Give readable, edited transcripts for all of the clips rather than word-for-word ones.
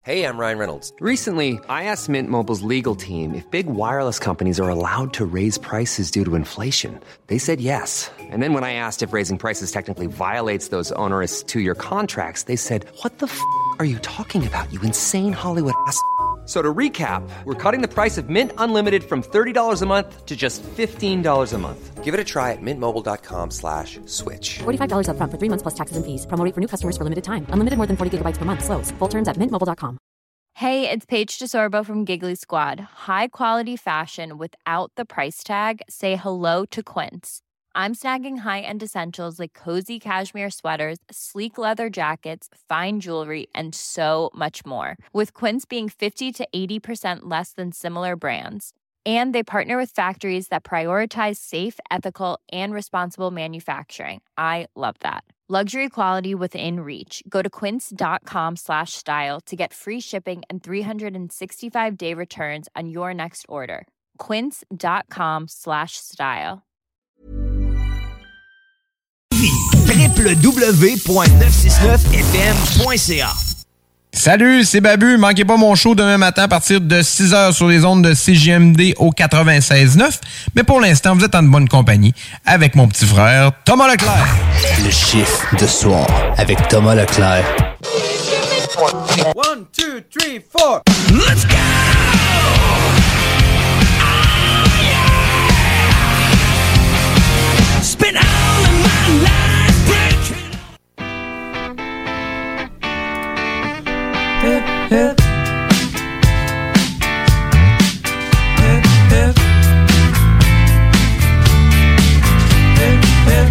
Hey, I'm Ryan Reynolds. Recently, I asked Mint Mobile's legal team if big wireless companies are allowed to raise prices due to inflation. They said yes. And then when I asked if raising prices technically violates those onerous two-year contracts, they said, "What the f*** are you talking about, you insane Hollywood ass?" So to recap, we're cutting the price of Mint Unlimited from $30 a month to just $15 a month. Give it a try at mintmobile.com/switch. $45 up front for 3 months plus taxes and fees. Promo rate for new customers for limited time. Unlimited more than 40 gigabytes per month. Slows full terms at mintmobile.com. Hey, it's Paige DeSorbo from Giggly Squad. High quality fashion without the price tag. Say hello to Quince. I'm snagging high-end essentials like cozy cashmere sweaters, sleek leather jackets, fine jewelry, and so much more. With Quince being 50 to 80% less than similar brands. And they partner with factories that prioritize safe, ethical, and responsible manufacturing. I love that. Luxury quality within reach. Go to quince.com/style to get free shipping and 365-day returns on your next order. Quince.com/style. www.969fm.ca. Salut, c'est Babu. Manquez pas mon show demain matin à partir de 6h sur les ondes de CJMD au 96.9. Mais pour l'instant, vous êtes en bonne compagnie avec mon petit frère Thomas Leclerc. Le chiffre de soir avec Thomas Leclerc. 1, 2, 3, 4. Let's go! Spend all of my life breaking. Hip, hip. Hip, hip. Hip, hip.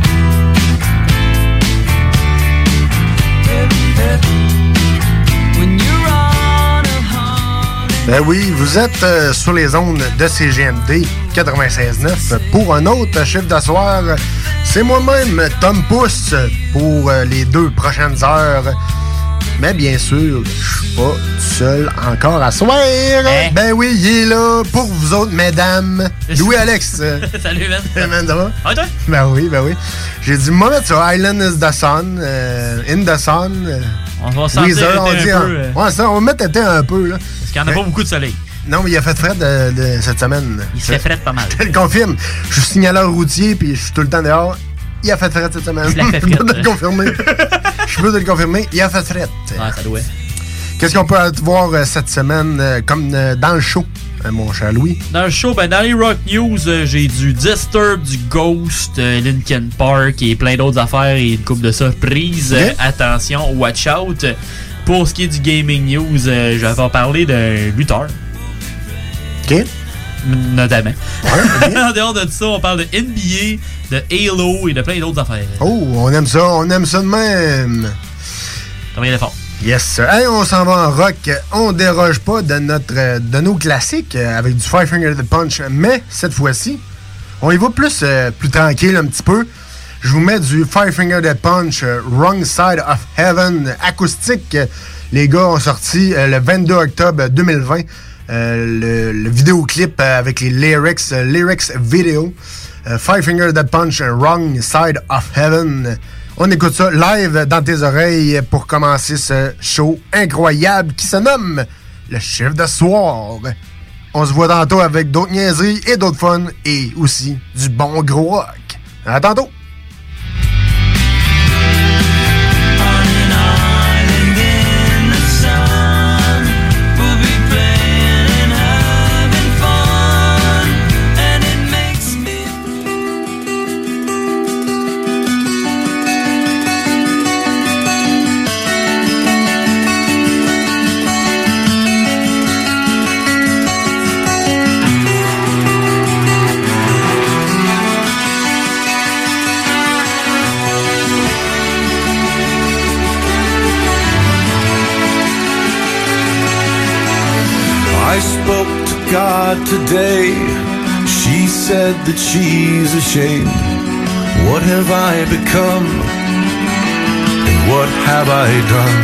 Hip, hip. When you're on a honey. Ben oui, vous êtes sur les ondes de CGMD 96.9 pour un autre chiffre d'asseoir. C'est moi-même, Tom Pousse, pour les 2 prochaines heures. Mais bien sûr, je suis pas seul encore à soir. Hein? Ben oui, il est là pour vous autres, mesdames. Louis-Alex. Salut, man. Man, ça va? Ah, toi? Ben oui, ben oui. J'ai dit, moi, mettre ça, Island is the Sun, In the Sun. On va sentir Weezer, on dit, un peu. ouais, ça, on va mettre été un peu, là. Parce qu'il n'y en a pas beaucoup de soleil. Non, mais il a fait fret de cette semaine. Il se fait fret pas mal. Je te le confirme. Je suis signaleur routier, puis je suis tout le temps dehors. Il a fait fret cette semaine. Je l'ai fait Je peux te le confirmer. Je peux te le confirmer. Il a fait fret. Ah, ça doit. Qu'est-ce qu'on peut voir cette semaine, comme dans le show, mon cher Louis? Dans le show, ben dans les Rock News, j'ai du Disturbed, du Ghost, Linkin Park et plein d'autres affaires et une couple de surprises. Okay. Attention, watch out. Pour ce qui est du Gaming News, je vais parler de lutteurs. OK. Notamment. Ouais, okay. En dehors de ça, on parle de NBA, de Halo et de plein d'autres affaires. Oh, on aime ça de même. Ça va y aller fort. Yes, sir. Hey, on s'en va en rock. On déroge pas de nos classiques avec du Five Finger Death Punch, mais cette fois-ci, on y va plus tranquille un petit peu. Je vous mets du Five Finger Death Punch, Wrong Side of Heaven, acoustique. Les gars ont sorti le 22 octobre 2020 le vidéoclip avec les lyrics vidéo. Five Finger Death Punch, Wrong Side of Heaven. On écoute ça live dans tes oreilles pour commencer ce show incroyable qui se nomme le chiffre de soir. On se voit tantôt avec d'autres niaiseries et d'autres fun et aussi du bon gros rock. À tantôt! God today, she said that she's ashamed. What have I become? And what have I done?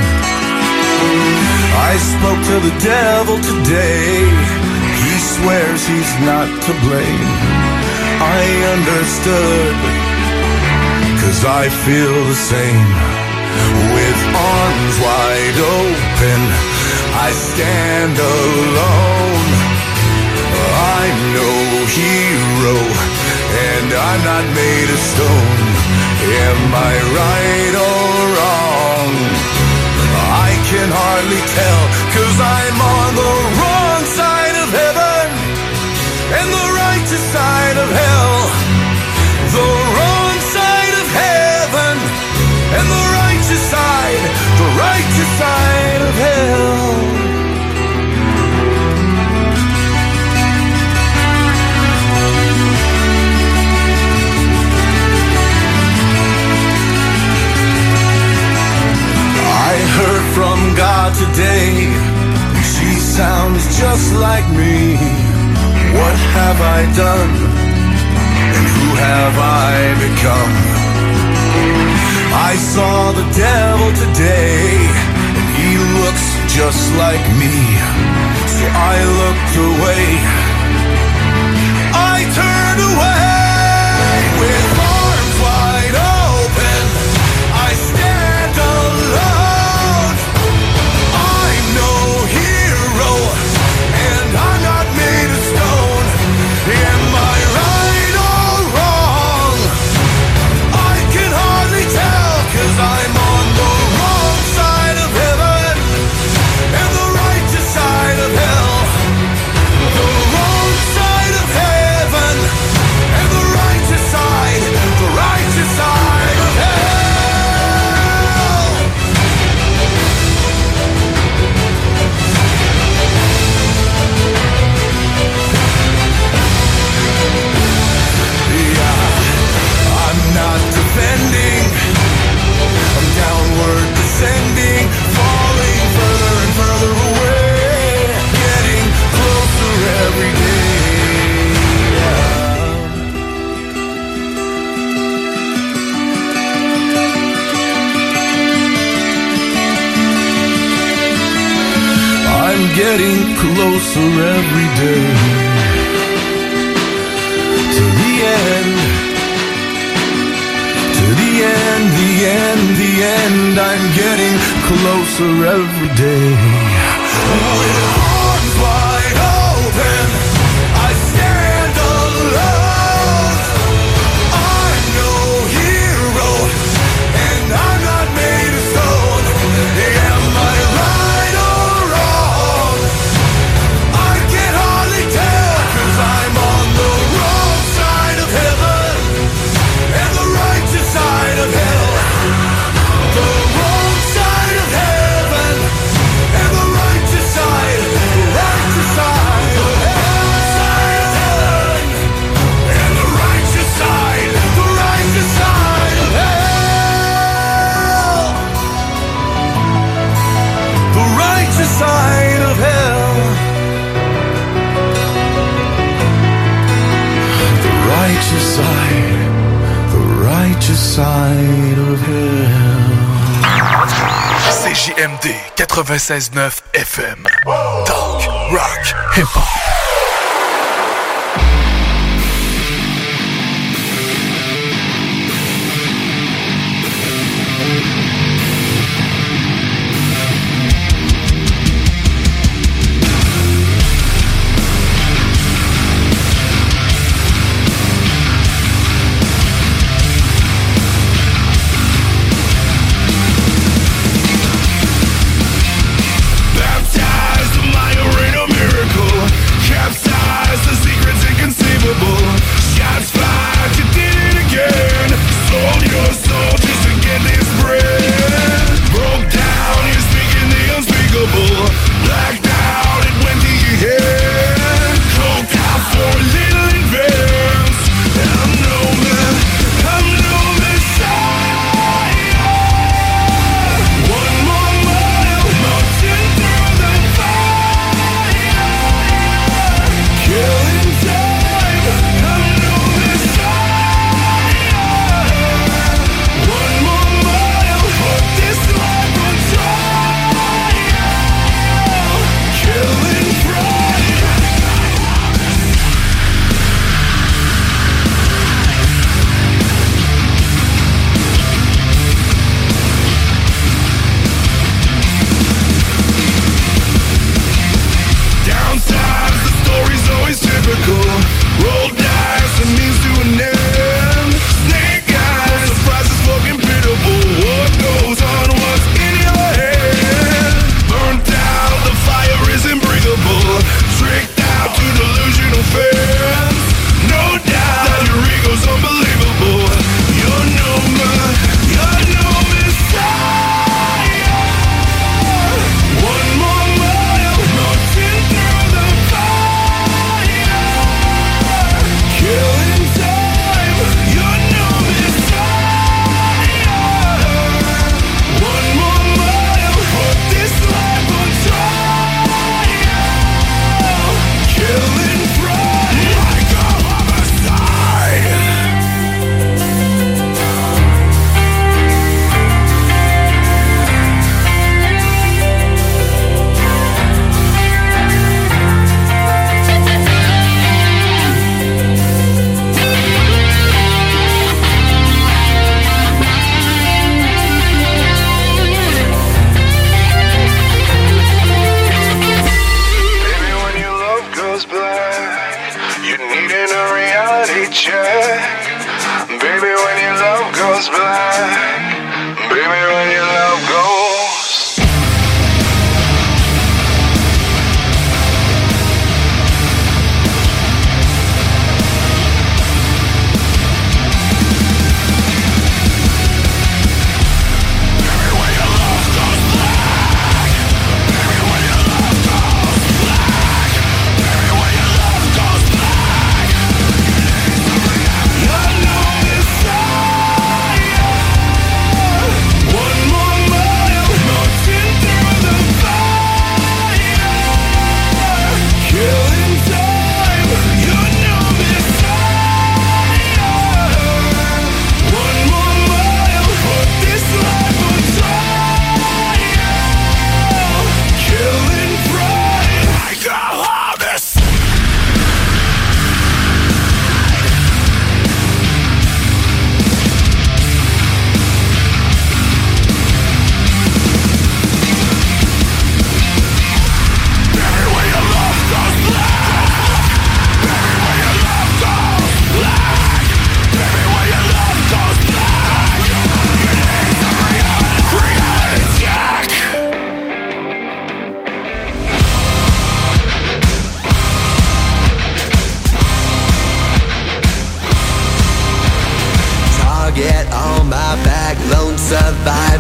I spoke to the devil today. He swears he's not to blame. I understood, 'cause I feel the same. With arms wide open, I stand alone. I'm no hero, and I'm not made of stone. Am I right or wrong? I can hardly tell, 'cause I'm on the wrong side of heaven and the righteous side of hell. The wrong side of heaven and the righteous side of hell. I heard from God today, she sounds just like me. What have I done? And who have I become? I saw the devil today, and he looks just like me. So I looked away. I turned away with arms wide open. I stand alone. I'm no hero, and I'm not made of stone. Am I right or wrong? I can hardly tell, 'cause I'm on the wrong side of heaven and the righteous side of hell. The wrong side of heaven and the righteous side of hell. I'm not defending, I'm downward descending, falling further and further away, getting closer every day. I'm getting closer every day to the end. The end, I'm getting closer every day. With arms wide open, I stand alone. I'm no hero, and I'm not made of stone. Am I right or wrong? I can hardly tell, 'cause I'm on the wrong side of heaven and the righteous side of hell. The wrong side of heaven and the righteous side of hell. Side of heaven and the righteous side of hell. The righteous side of hell. The righteous side of hell. CJMD 96.9 FM. Talk, rock, hip-hop. Baptized in my arena miracle.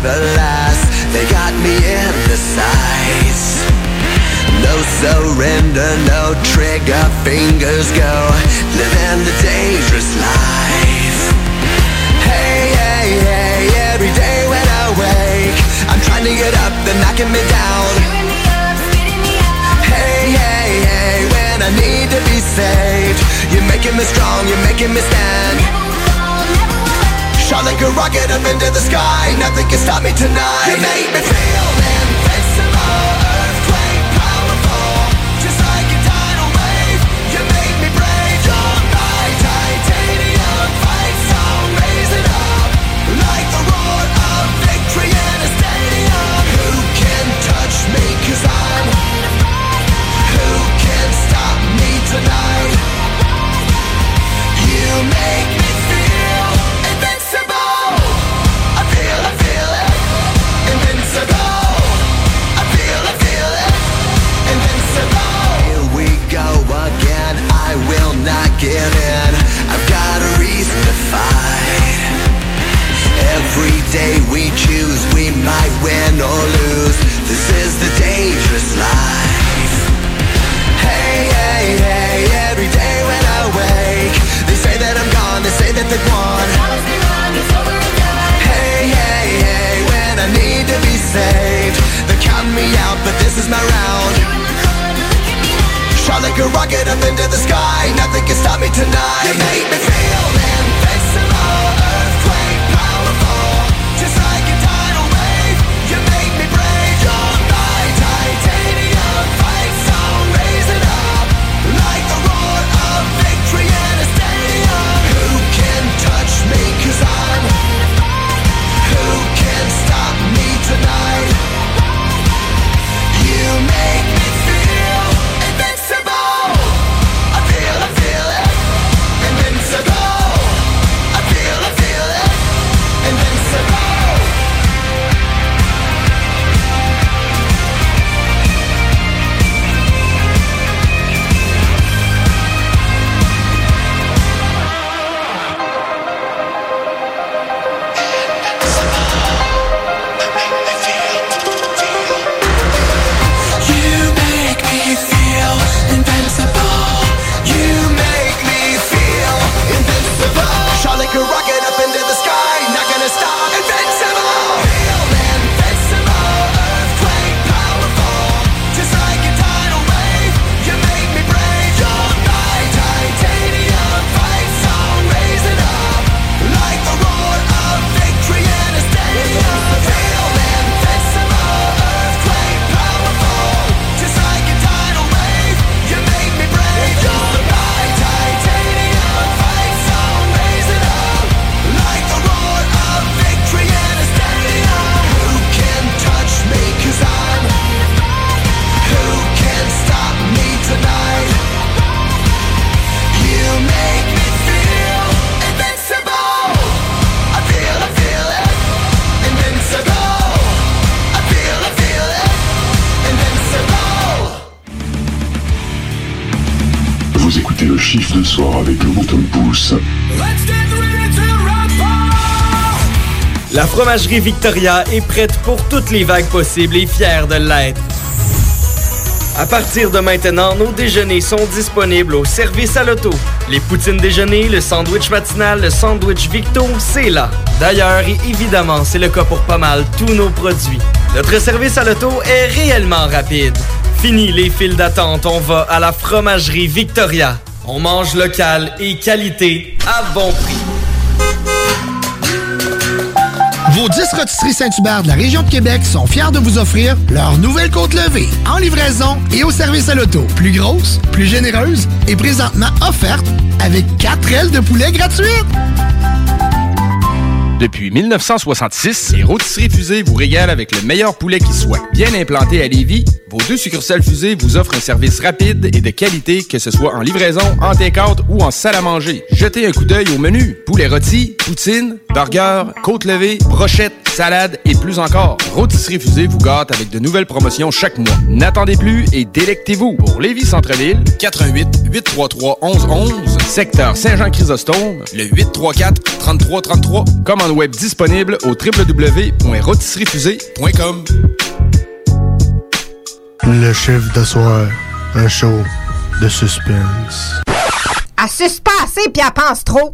last. They got me in the sights. No surrender, no trigger, fingers go, living the dangerous life. Hey, hey, hey, every day when I wake, I'm trying to get up, they're knocking me down. Hey, hey, hey, when I need to be saved, you're making me strong, you're making me stand. Shot like a rocket up into the sky, nothing can stop me tonight. You make me feel invincible, earthquake powerful, just like a tidal wave. You make me brave, you're my titanium fight song, raise it up like the roar of victory in a stadium. Who can touch me, 'cause I'm who can stop me tonight? You make me feel invincible. I feel it, invincible. I feel it, invincible. Here we go again, I will not give in. I've got a reason to fight. Every day we choose, we might win or lose. This is the dangerous life. Hey, hey, hey, every day when I wake, they say that I'm gone, they say that they've won. Hey, hey, hey, when I need to be saved, they're counting me out, but this is my round. Shot like a rocket up into the sky, nothing can stop me tonight. You make me feel invincible, earthquake powerful, just like a tidal wave. You make me brave, you're my titanium fight song, raise it up like the roar of victory in a stadium. Who can touch me, 'cause I'm who can stop me tonight? You make me feel invincible. I feel it, invincible. I feel it, invincible. You make me feel invincible. You make me feel invincible. Shot like a rocket up into the sky, not gonna stop. Invincible. Feel invincible, earthquake powerful, just like a tidal wave. You make me brave, you're my titanium fight song, raise it up like the roar of victory in a stadium. Feel invincible, earthquake powerful, just like a tidal wave. You make me brave, you're my titanium fight song, raise it up like the roar of victory in a stadium. Who can touch me, 'cause I'm who can stop me tonight? You make me feel invincible. I feel it, invincible. I feel it, invincible. Vous écoutez le chiffre de soir avec le bouton pouce. La fromagerie Victoria est prête pour toutes les vagues possibles et fière de l'être. À partir de maintenant, nos déjeuners sont disponibles au service à l'auto. Les poutines déjeuner, le sandwich matinal, le sandwich Victo, c'est là. D'ailleurs, et évidemment, c'est le cas pour pas mal tous nos produits. Notre service à l'auto est réellement rapide. Fini les files d'attente, on va à la fromagerie Victoria. On mange local et qualité à bon prix. Vos 10 rôtisseries Saint-Hubert de la région de Québec sont fiers de vous offrir leur nouvelle côte levée en livraison et au service à l'auto. Plus grosse, plus généreuse et présentement offerte avec 4 ailes de poulet gratuites. Depuis 1966, les Rôtisseries Fusées vous régalent avec le meilleur poulet qui soit. Bien implanté à Lévis, vos 2 succursales Fusées vous offrent un service rapide et de qualité, que ce soit en livraison, en take-out ou en salle à manger. Jetez un coup d'œil au menu. Poulet rôti, poutine, burger, côte levée, brochette, salade et plus encore. Rôtisseries Fusées vous gâte avec de nouvelles promotions chaque mois. N'attendez plus et délectez-vous. Pour Lévis Centre-Ville, 88 833 1111 secteur Saint-Jean-Chrysostome, le 834-3333. Commande web disponible au www.rotisseriefusée.com. Le chiffre de soir, un show de suspense. Elle suce pas assez pis elle pense trop.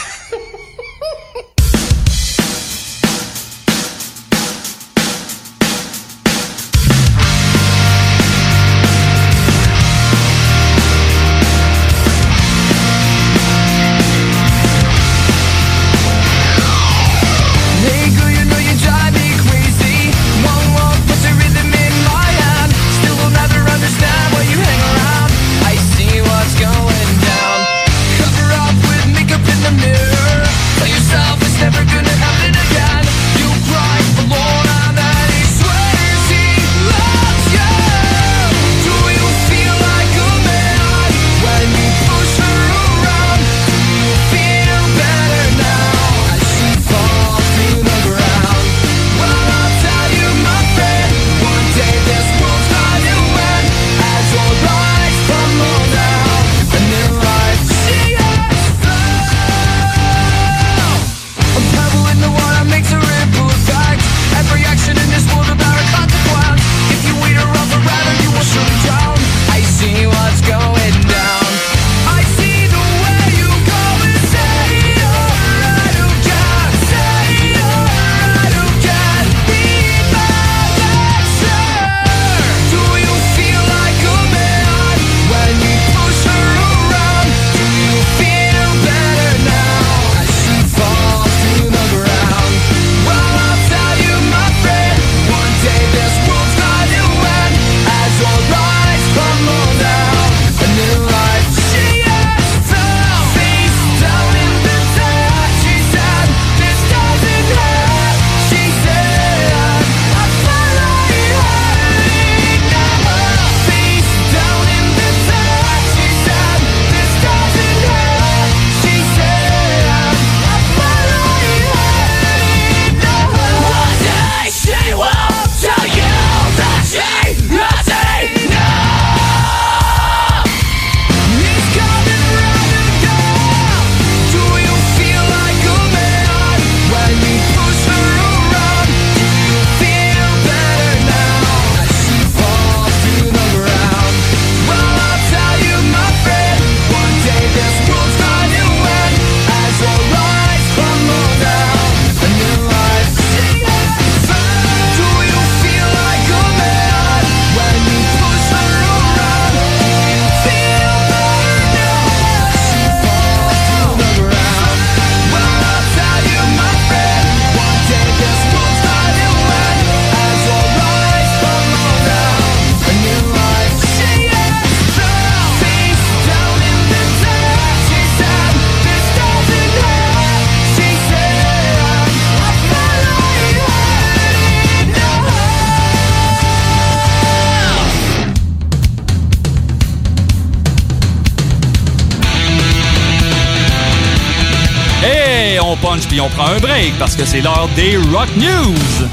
punch puis on prend un break parce que c'est l'heure des Rock News.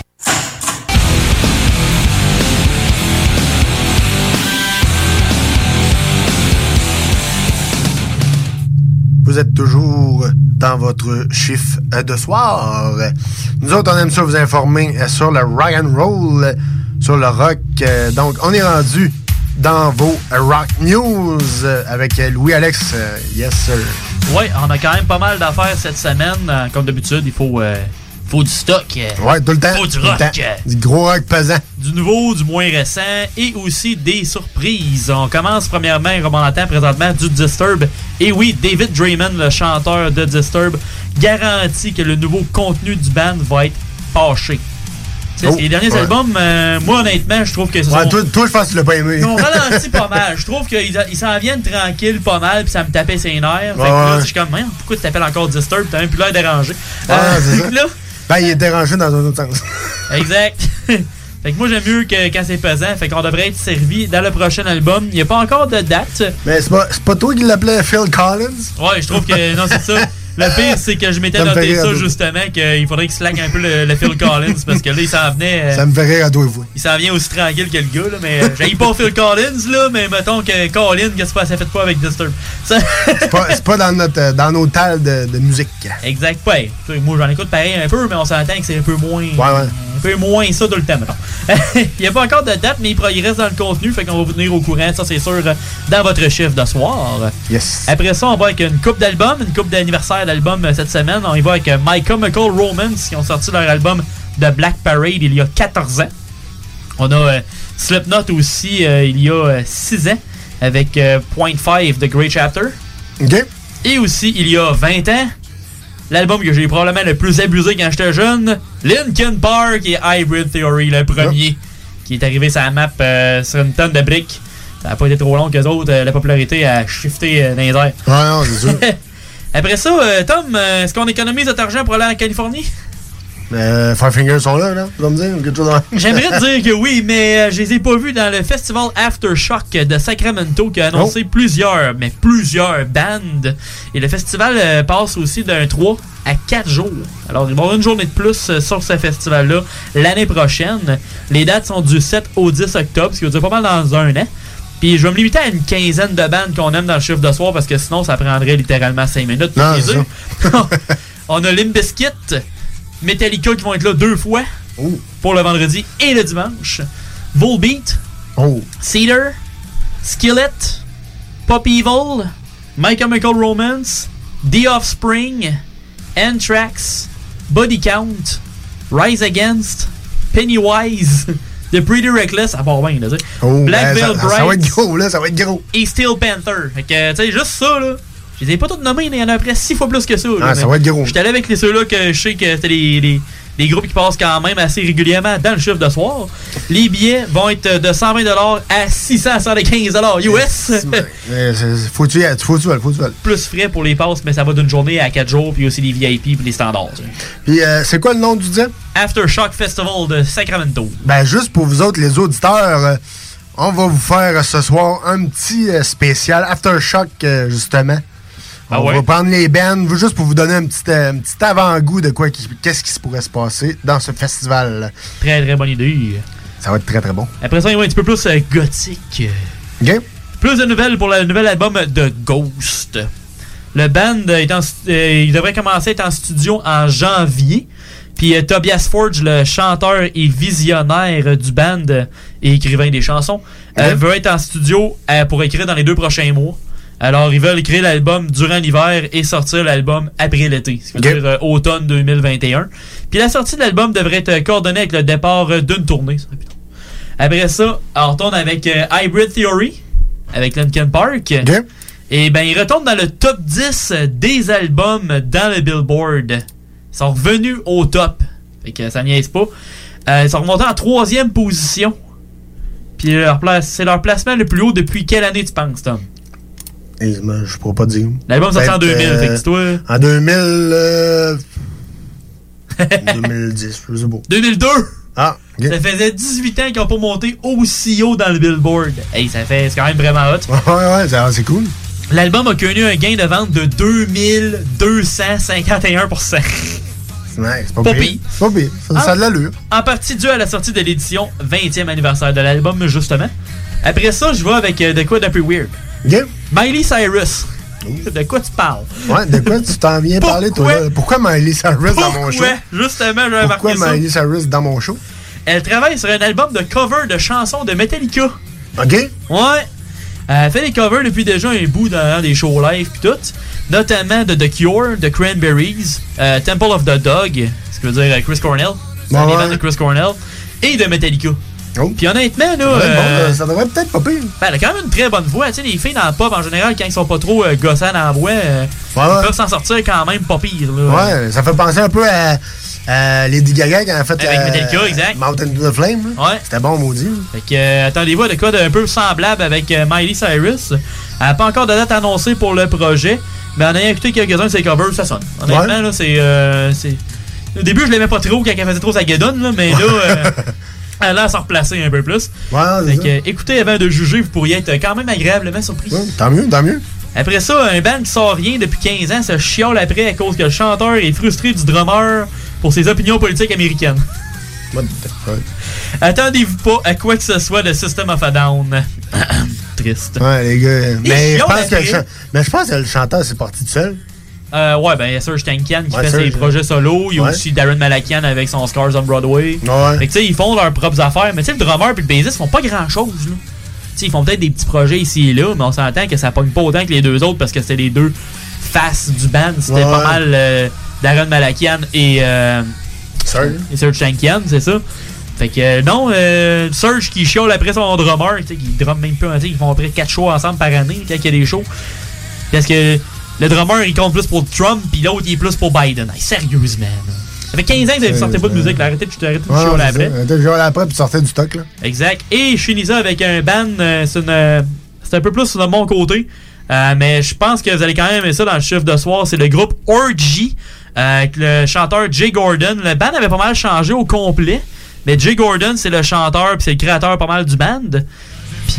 Vous êtes toujours dans votre chiffre de soir. Nous autres, on aime ça vous informer sur le rock and roll, sur le rock. Donc, on est rendu dans vos Rock News avec Louis-Alex. Yes, sir. Oui, on a quand même pas mal d'affaires cette semaine. Comme d'habitude, il faut du stock. Ouais, tout le temps. Il faut du rock. Du gros rock pesant. Du nouveau, du moins récent et aussi des surprises. On commence premièrement, comme on entend présentement, du Disturbed. Et oui, David Draiman, le chanteur de Disturbed, garantit que le nouveau contenu du band va être pâché. Les derniers albums, moi honnêtement, je trouve que toi, je pense que tu l'as pas aimé. Ils ont ralenti pas mal. Je trouve qu'ils s'en viennent tranquilles pas mal, puis ça me tapait ses nerfs. Fait que là, je suis comme, pourquoi tu t'appelles encore Disturbed? T'as même plus l'air dérangé. C'est ça. Là, ben, il est dérangé dans un autre sens. Exact. Fait que moi, j'aime mieux que quand c'est pesant. Fait qu'on devrait être servi dans le prochain album. Il n'y a pas encore de date. Mais c'est pas toi qui l'appelais Phil Collins? Ouais, je trouve que non, c'est ça. Le pire, c'est que je m'étais Ça me fait noté rire, ça toi. justement, qu'il faudrait qu'il slack un peu le Phil Collins, parce que là, il s'en venait. Ça me fait rire à toi et vous. Il s'en vient aussi tranquille que le gars, là, mais j'haïs pas Phil Collins, là, mais mettons que Collins, qu'est-ce que ça fait pas avec Disturb? C'est pas dans nos tales de musique. Exact, ouais. Moi, j'en écoute pareil un peu, mais on s'entend que c'est un peu moins. Ouais. Un peu moins ça tout le temps, mettons. Il n'y a pas encore de date, mais il progresse dans le contenu, fait qu'on va vous tenir au courant, ça c'est sûr, dans votre chiffre de soir. Yes. Après ça, on va avec une coupe d'albums, une coupe d'anniversaire d'albums cette semaine. On y va avec My Chemical Romance, qui ont sorti leur album de Black Parade il y a 14 ans. On a Slipknot aussi il y a 6 ans, avec Point 5 The Great Chapter. OK. Et aussi, il y a 20 ans, l'album que j'ai probablement le plus abusé quand j'étais jeune, Linkin Park et Hybrid Theory, le premier, qui est arrivé sur la map sur une tonne de briques. Ça n'a pas été trop long qu'eux autres, la popularité a shifté dans les airs. Ouais, non, c'est sûr. Après ça, Tom, est-ce qu'on économise notre argent pour aller en Californie? Five Fingers sont là, tu vas me dire? Quelque chose J'aimerais te dire que oui, mais je les ai pas vus dans le festival Aftershock de Sacramento qui a annoncé plusieurs bandes. Et le festival passe aussi d'un 3 à 4 jours. Alors, il va y avoir une journée de plus sur ce festival-là l'année prochaine. Les dates sont du 7 au 10 octobre, ce qui veut dire pas mal dans un an. Puis je vais me limiter à une quinzaine de bandes qu'on aime dans le chiffre de soir parce que sinon, ça prendrait littéralement 5 minutes pour les dire. On a Limp Bizkit, Metallica qui vont être là 2 fois pour le vendredi et le dimanche. Volbeat, Cedar, Skillet, Pop Evil, My Chemical Romance, The Offspring, Anthrax, Body Count, Rise Against, Pennywise, The Pretty Reckless, à part bien, là, tu sais. Black Veil Bright. Ça va être gros, là, ça va être gros. Et Steel Panther. Fait que, tu sais, juste ça, là. Je les ai pas tous nommés, mais il y en a après 6 fois plus que ça. Là, ça va être gros. J'étais allé avec ceux-là que je sais que c'était les groupes qui passent quand même assez régulièrement dans le chiffre de soir. Les billets vont être de 120$ à 675$ US. Faut que tu ailles. Plus frais pour les passes, mais ça va d'une journée à 4 jours, puis aussi les VIP puis les standards. Puis c'est quoi le nom du disais? Aftershock Festival de Sacramento. Ben, juste pour vous autres, les auditeurs, on va vous faire ce soir un petit spécial Aftershock, justement. On va prendre les bands juste pour vous donner un petit avant-goût de qu'est-ce qui se pourrait se passer dans ce festival. Très, très bonne idée. Ça va être très, très bon. Après ça, il va un petit peu plus gothique. OK. Plus de nouvelles pour le nouvel album de Ghost. Le band, il devrait commencer à être en studio en janvier. Puis Tobias Forge, le chanteur et visionnaire du band et écrivain des chansons, veut être en studio pour écrire dans les 2 prochains mois. Alors, ils veulent écrire l'album durant l'hiver et sortir l'album après l'été, ce qui veut dire automne 2021. Puis la sortie de l'album devrait être coordonnée avec le départ d'une tournée. Après ça, on retourne avec Hybrid Theory, avec Linkin Park. Et ben, ils retournent dans le top 10 des albums dans le Billboard. Ils sont revenus au top. Fait que ça niaise pas. Ils sont remontés en 3e position. Puis c'est leur placement le plus haut depuis quelle année tu penses, Tom? Je pourrais pas dire. L'album sorti en 2000, fait que c'est toi. En 2000. 2010, je sais pas. 2002! Ah, okay. Ça faisait 18 ans qu'ils n'ont pas monté aussi haut dans le Billboard. Hey, c'est quand même vraiment hot. Ouais, c'est cool. L'album a connu un gain de vente de 2251%. Ouais, c'est pas pire. C'est pas pire. Ça a de l'allure. En partie dû à la sortie de l'édition 20e anniversaire de l'album, justement. Après ça, je vais avec de quoi d'un peu weird. Okay. Miley Cyrus. De quoi tu parles? Ouais, de quoi tu t'en viens parler, toi? Pourquoi Miley Cyrus dans mon show? Justement, j'ai remarqué ça. Pourquoi Miley Cyrus dans mon show? Elle travaille sur un album de cover de chansons de Metallica. OK. Ouais. Elle fait des covers depuis déjà un bout dans des shows live pis tout. Notamment de The Cure, de Cranberries, Temple of the Dog, ce que veut dire Chris Cornell. C'est un event de Chris Cornell. Et de Metallica. Puis honnêtement, là. Ça devrait peut-être pas pire. Ben, elle a quand même une très bonne voix. Tu sais, les filles dans le pop, en général, quand ils sont pas trop gossants dans la voix, ils peuvent s'en sortir quand même pas pire. Là. Ouais, ça fait penser un peu à Lady Gaga quand elle a fait avec Metallica, exact. Mountain to the Flame. Ouais. C'était bon, maudit. Fait que, attendez-vous à de quoi d'un peu semblable avec Miley Cyrus. Elle n'a pas encore de date annoncée pour le projet, mais en ayant écouté quelques-uns de ses covers, ça sonne. Honnêtement, là, c'est. Au début, je l'aimais pas trop quand elle faisait trop sa guédonne, là, mais là. Elle a s'en replacer un peu plus. Ouais, fait que, écoutez, avant de juger, vous pourriez être quand même agréablement surpris. Ouais, tant mieux. Après ça, un band qui sort rien depuis 15 ans se chiale après à cause que le chanteur est frustré du drummer pour ses opinions politiques américaines. What the fuck? Attendez-vous pas à quoi que ce soit de System of a Down. Triste. Ouais, les gars. Mais je pense après. je pense que le chanteur s'est parti tout seul. Ouais, ben il y a Serge Tankian qui Ouais, fait Serge, ses projets solo. Il y a ouais. aussi Darren Malakian avec son Scars on Broadway. Ouais. Fait que tu sais, ils font leurs propres affaires. Mais tu sais, le drummer et le bassiste font pas grand chose, là. Tu sais, ils font peut-être des petits projets ici et là, mais on s'entend que ça pogne pas autant que les deux autres parce que c'était les deux faces du band. C'était pas mal Darren Malakian et Serge Tankian, c'est ça. Fait que non, Serge qui chiale après son drummer, tu sais, qui drum même peu, ils font après 4 shows ensemble par année quand il y a des shows. Parce que le drummer il compte plus pour Trump, puis l'autre il est plus pour Biden. Hey, sérieusement. Ça fait 15 ans que vous sortez pas de musique, là. Arrêtez de chialer après. Arrêtez de chialer après, puis sortez du stock, là. Exact. Et je finis ça avec un band, c'est un peu plus de mon côté. Mais je pense que vous allez quand même aimer ça dans le chiffre de soir. C'est le groupe Orgy, avec le chanteur Jay Gordon. Le band avait pas mal changé au complet. Mais Jay Gordon, c'est le chanteur puis c'est le créateur pas mal du band. Puis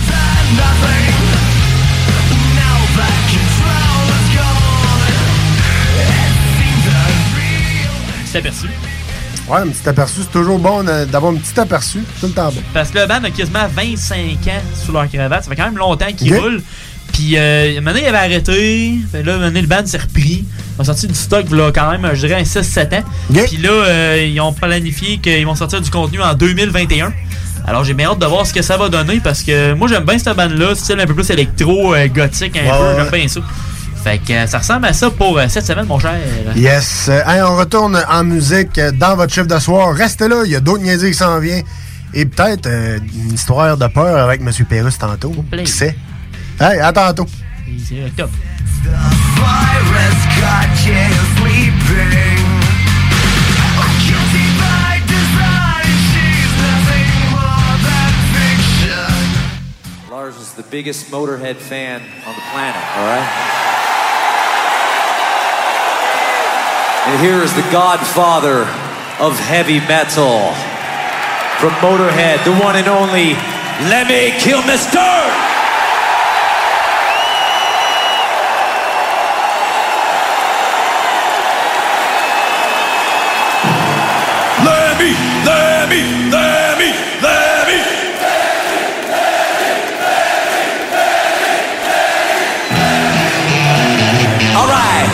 petit aperçu. Ouais, un petit aperçu, c'est toujours bon d'avoir un petit aperçu. Tout le temps bon. Parce que le band a quasiment 25 ans sous leur cravate. Ça fait quand même longtemps qu'ils roulent. Puis, un moment donné, il avait arrêté. Fait là, un moment donné, le band s'est repris. Ils ont sorti du stock, là, quand même, je dirais, un 6-7 ans. Puis là, ils ont planifié qu'ils vont sortir du contenu en 2021. Alors, j'ai bien hâte de voir ce que ça va donner parce que moi, j'aime bien cette band-là. Style un peu plus électro, gothique, un peu. J'aime bien ça. Fait que ça ressemble à ça pour cette semaine, mon cher. Yes. On retourne en musique dans votre chiffre de soir. Restez là, il y a d'autres niaiseries qui s'en viennent. Et peut-être une histoire de peur avec M. Pérusse tantôt. Qui sait? Hey, à tantôt. C'est top. Lars is the biggest Motorhead fan on the planet, all right? And here is the godfather of heavy metal from Motorhead, the one and only Lemmy Kilmister! Lemmy, Lemmy, Lemmy, Lemmy. All right.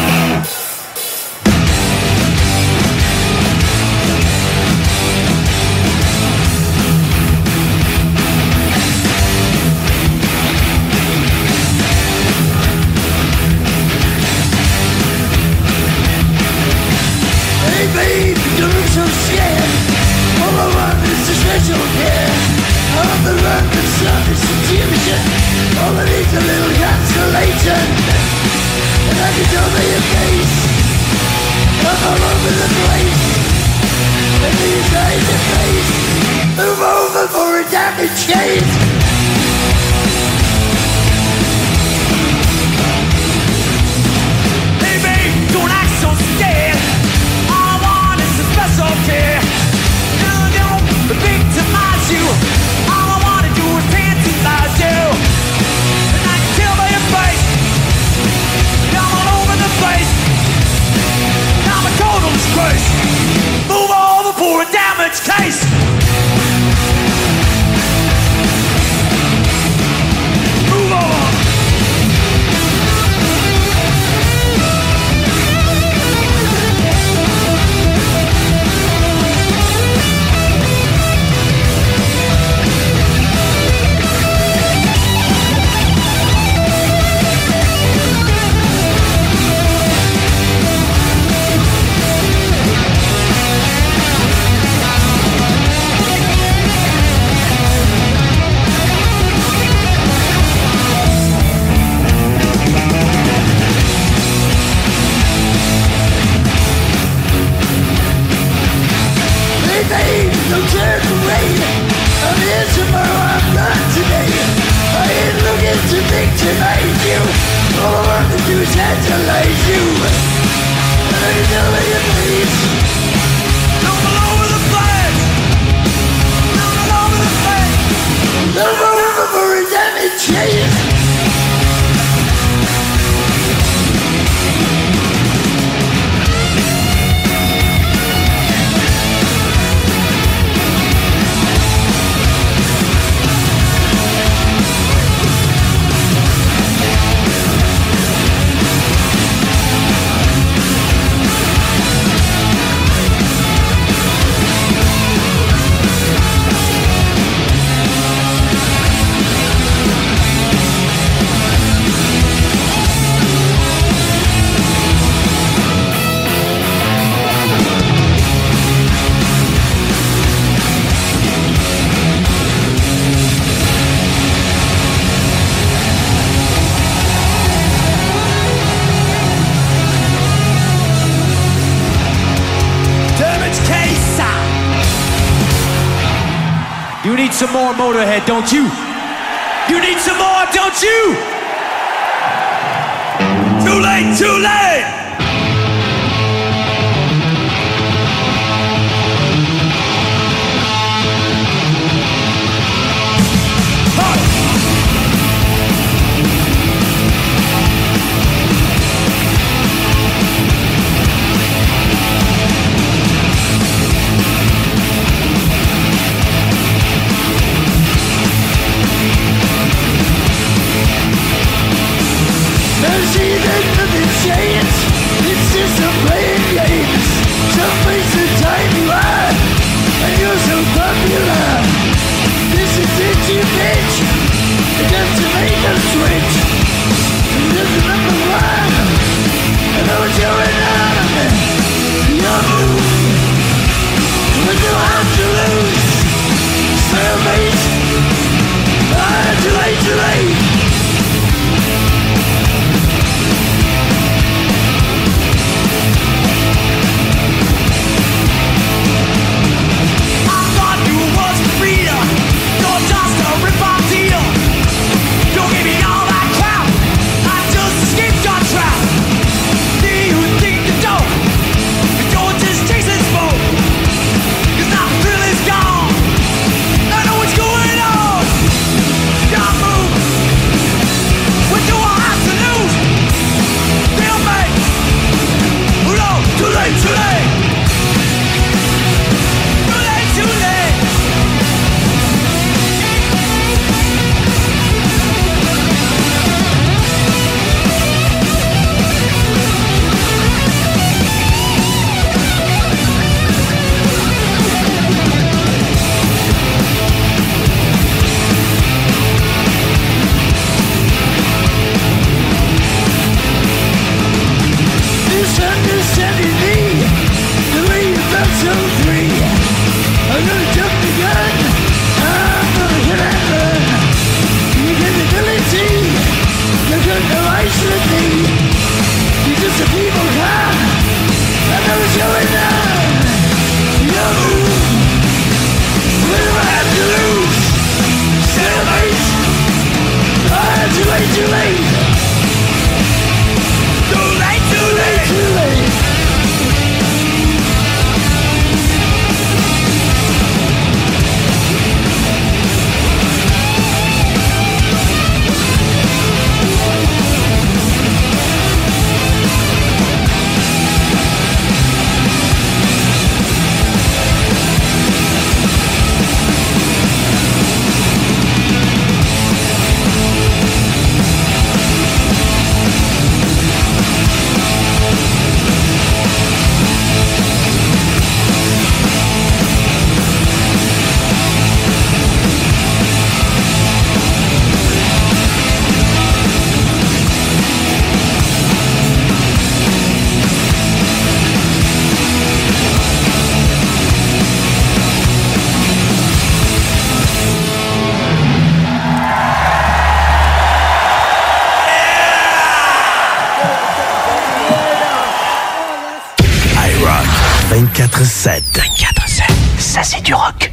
Hey babe, you look so scared. All I want is a special care. I'm on the run, the sun is confusion. All I need's a little consolation. And I can show me your face. I'm all over the place. And these eyes and face. Move over for a damage case. Hey babe, don't act so scared. All I want is a special care. Don't victimize you. All I wanna do is tantalize you. And I can tell by your face. I'm all over the place. I'm a total disgrace. Move over for a damage case. need some more Motorhead, don't you? You need some more, don't you? Too late, too late! It's just a playing games. Some place in time you are, and you're so popular. This is it, you bitch. It doesn't make no switch. This is number one. I know what's going on. Your move. What do I have to lose? Cellmate. Too late, too late. Ça, c'est du rock.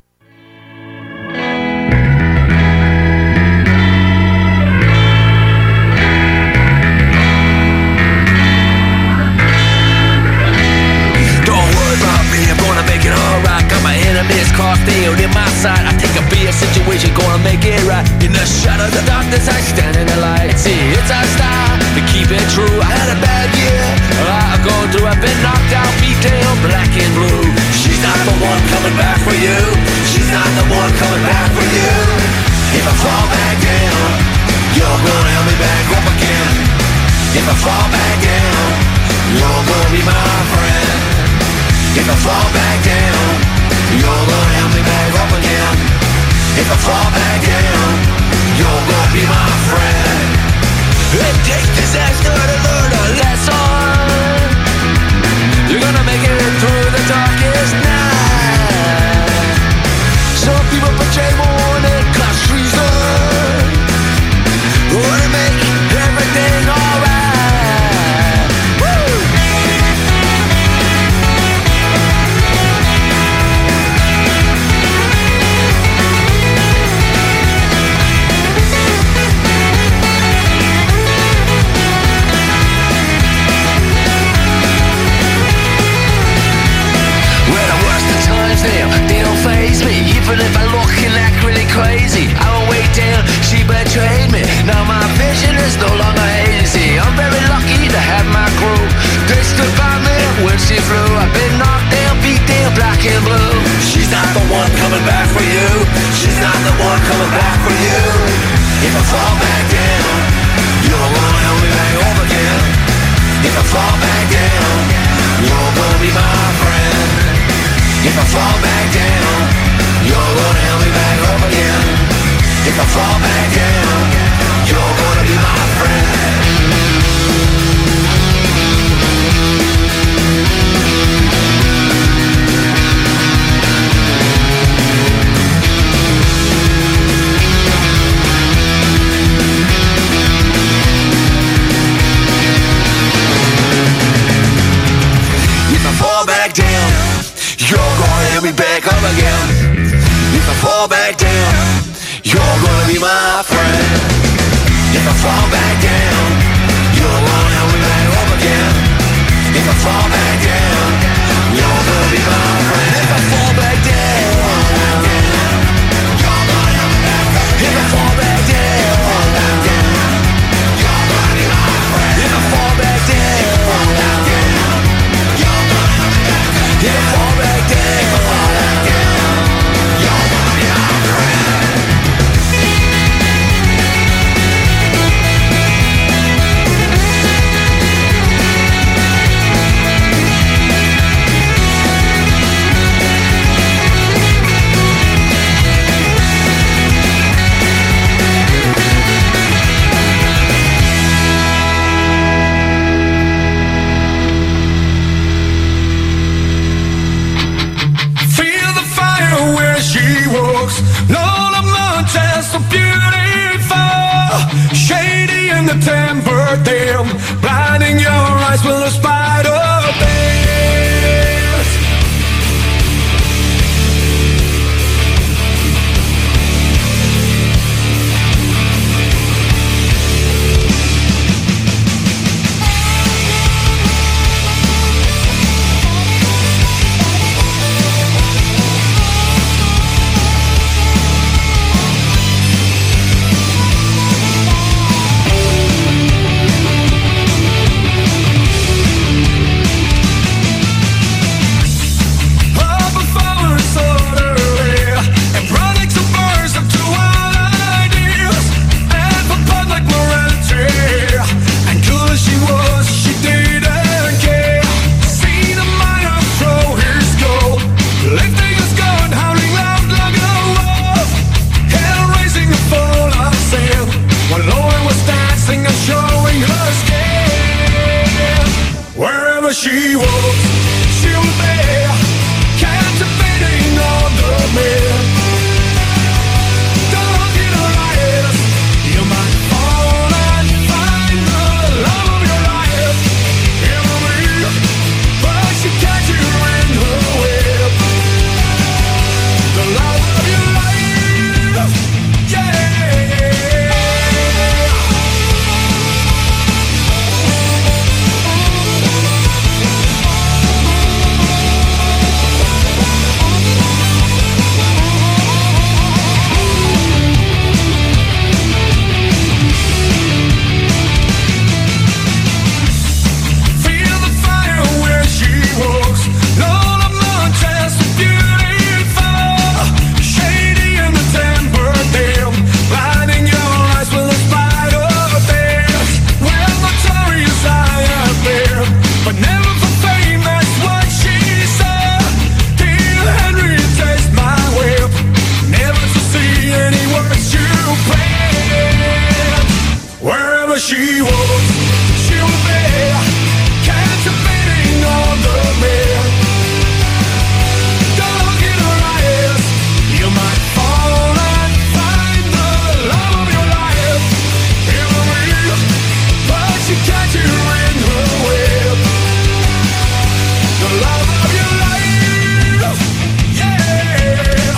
Field in my sight, I think I'll be a situation, gonna make it right. In the shadow of the darkness, I stand in the light. See, it's our style to keep it true. I had a bad year, I'll go through. I've been knocked out, beat down, black and blue. She's not the one coming back for you. She's not the one coming back for you. If I fall back down, you're gonna help me back up again. If I fall back down, you're gonna be my friend. If I fall back down, you're gonna help me back up again. If I fall back down, you're gonna be my friend. It takes disaster to learn a lesson. You're gonna make it through the darkest night. Some people betray more than class treason. Wanna make everything alright. If I fall back down, you're gonna help me back up again. If I fall back down, you're gonna be my friend. If I fall back down, you're gonna help me back up again. If I fall back down, you're gonna be my friend. If I fall back down, you're gonna help me back up again. If I fall back down, you're gonna be my friend. If I fall back down, you're gonna help me back up again. If I fall back down, you're gonna be my friend. If I fall back down, you're gonna help me back up again. If I fall back down, you're gonna be my friend. If I fall back down, you're gonna help me back up again. If I fall back down, you're gonna be my friend. Feel the fire where she walks. Lola Montez, so beautiful. Shady in the temper, dim. Blinding your eyes with a spider dance. She walks, she'll be captivating all the men. Don't get her eyes, you might fall and find the love of your life. In a real, but she catch you in her web. The love of your life, yeah. She walks, she'll be captivating all the men. Don't get her eyes, you might fall and find the love of your life. In a real, but she catch you in her web. The love of your life, yeah.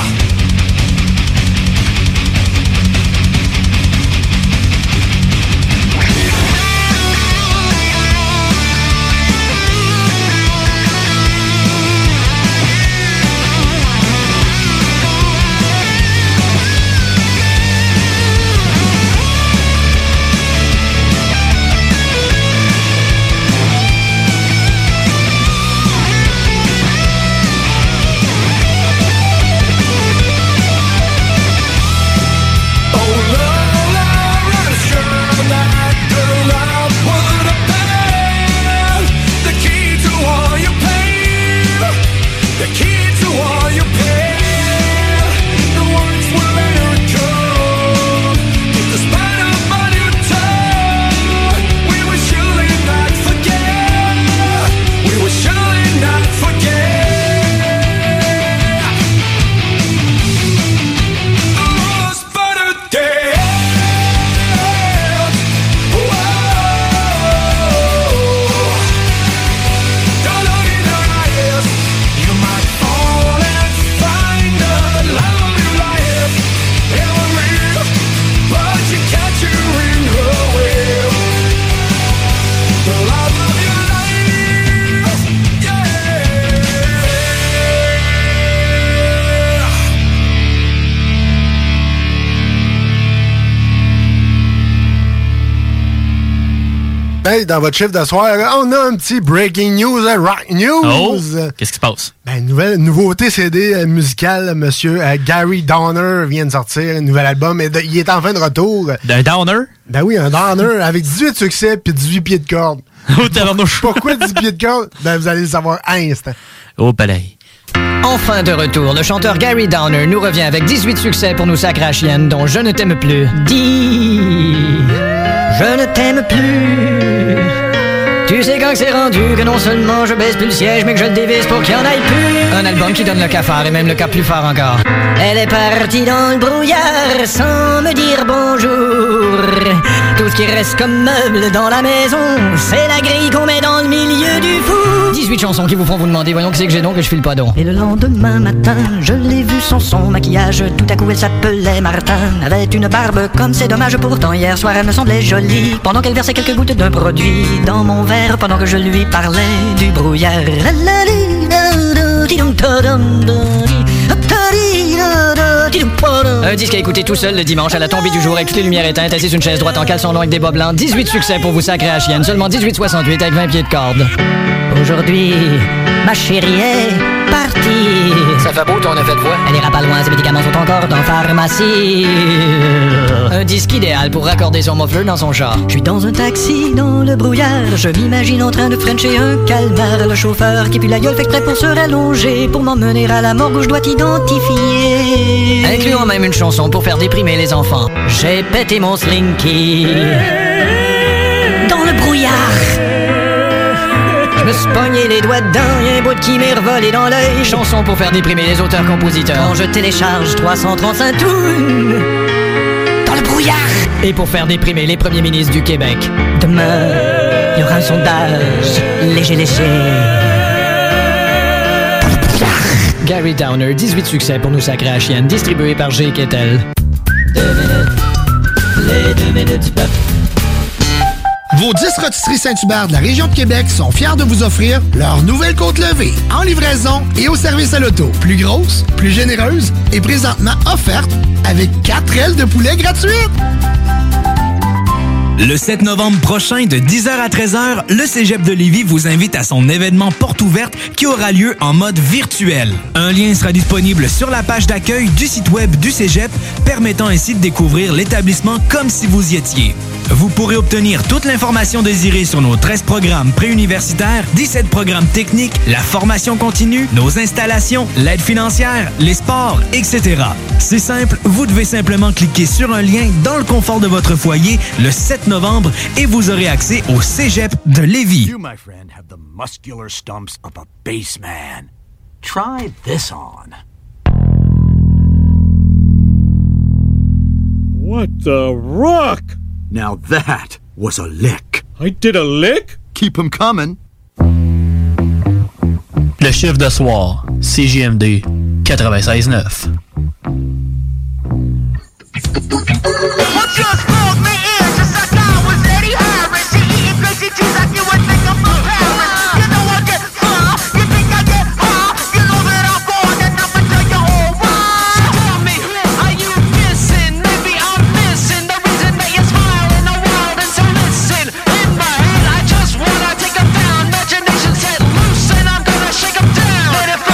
Hey, dans votre chiffre de soir, on a un petit breaking news, rock news. Oh, qu'est-ce qui se passe? Ben, nouveauté CD musicale, monsieur Gary Downer vient de sortir un nouvel album. Et il est enfin de retour. Un Downer? Ben oui, un Downer avec 18 succès puis 18 pieds de corde. Pourquoi 10 pieds de corde? Ben, vous allez le savoir à l'instant. Oh, palais. Enfin de retour, le chanteur Gary Downer nous revient avec 18 succès pour nous sacrer à chienne, dont Je ne t'aime plus. Dis, je ne t'aime plus. Tu sais quand c'est rendu que non seulement je baisse plus le siège, mais que je le dévisse pour qu'il y en aille plus. Un album qui donne le cafard et même le cap plus fort encore. Elle est partie dans le brouillard sans me dire bonjour. Tout ce qui reste comme meuble dans la maison, c'est la grille qu'on met dans le milieu du fou. 18 chansons qui vous font vous demander, voyons que c'est que j'ai donc que je file pas donc. Et le lendemain matin, je l'ai vue sans son maquillage. Tout à coup elle s'appelait Martin, avait une barbe comme c'est dommage. Pourtant hier soir elle me semblait jolie, pendant qu'elle versait quelques gouttes d'un produit dans mon verre, pendant que je lui parlais du brouillard. Un disque à écouter tout seul le dimanche à la tombée du jour avec toutes les lumières éteintes, assis sur une chaise droite en caleçon long avec des bas blancs. 18 succès pour vous sacrer à chienne, seulement 18,68 avec 20 pieds de corde. Aujourd'hui, ma chérie est partie. Ça fait beau ton effet de voix. Elle ira pas loin, ses médicaments sont encore dans pharmacie. Un disque idéal pour raccorder son muffler dans son char. Je suis dans un taxi dans le brouillard, je m'imagine en train de frencher un calmar. Le chauffeur qui pue la gueule fait exprès pour se rallonger, pour m'emmener à la morgue où je dois t'identifier. Incluant même une chanson pour faire déprimer les enfants. J'ai pété mon slinky dans le brouillard. Je me suis pogné les doigts dedans, y'a un bout qui m'est revolé dans l'œil. Chanson pour faire déprimer les auteurs-compositeurs. Quand je télécharge 335 tunes dans le brouillard. Et pour faire déprimer les premiers ministres du Québec. Demain, il y aura un sondage léger. Gary Downer, 18 succès pour nous sacrer à chienne, distribué par G. Kettel. 2 minutes, les 2 minutes du peuple. Vos 10 rôtisseries Saint-Hubert de la région de Québec sont fiers de vous offrir leur nouvelle côte levée, en livraison et au service à l'auto. Plus grosse, plus généreuse et présentement offerte avec 4 ailes de poulet gratuites. Le 7 novembre prochain, de 10h à 13h, le Cégep de Lévis vous invite à son événement Porte ouverte qui aura lieu en mode virtuel. Un lien sera disponible sur la page d'accueil du site web du Cégep, permettant ainsi de découvrir l'établissement comme si vous y étiez. Vous pourrez obtenir toute l'information désirée sur nos 13 programmes préuniversitaires, 17 programmes techniques, la formation continue, nos installations, l'aide financière, les sports, etc. C'est simple, vous devez simplement cliquer sur un lien dans le confort de votre foyer le 7 novembre et vous aurez accès au Cégep de Lévis. You, my friend, have the muscular stumps of a baseman. Try this on. What the rock? Now that was a lick. I did a lick? Keep 'em coming. Le chiffre de soir, CJMD 96.9.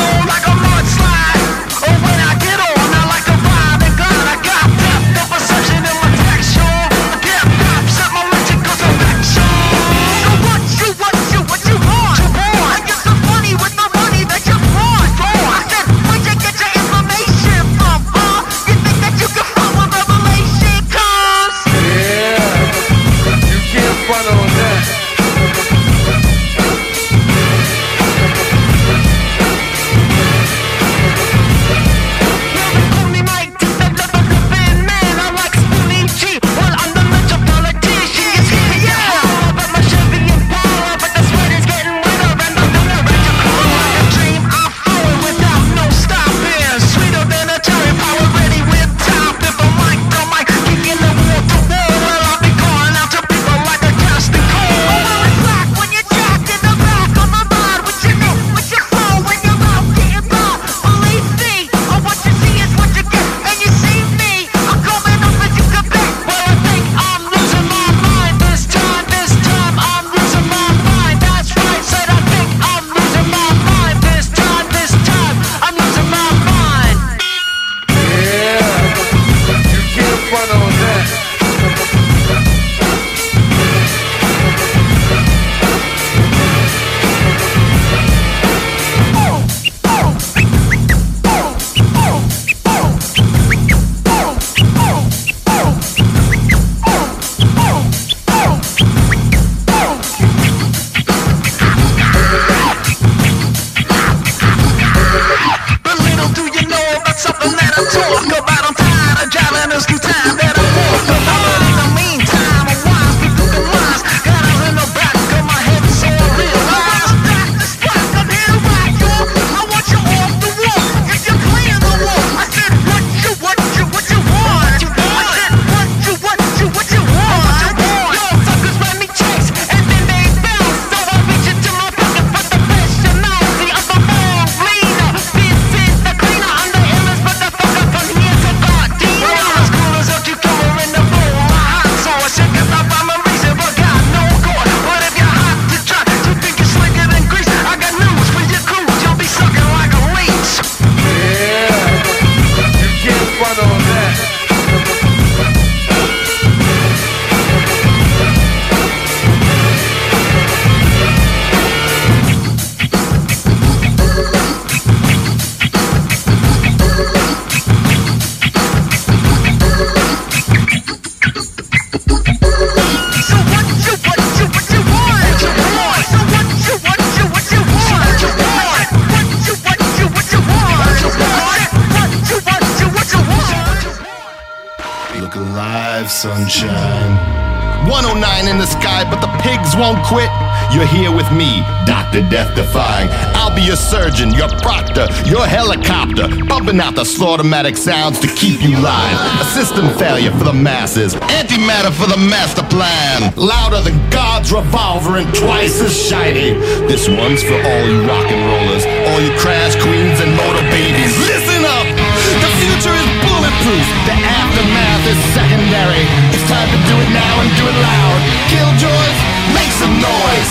Such sunshine. 109 in the sky, but the pigs won't quit. You're here with me, Dr. Death Defying. I'll be your surgeon, your proctor, your helicopter, pumping out the slaughtermatic sounds to keep you live. A system failure for the masses, antimatter for the master plan. Louder than God's revolver and twice as shiny. This one's for all you rock and rollers, all you crash queens and motor babies. Listen up! The future is bulletproof. The aftermath is secondary. It's time to do it now and do it loud. Killjoys, make some noise.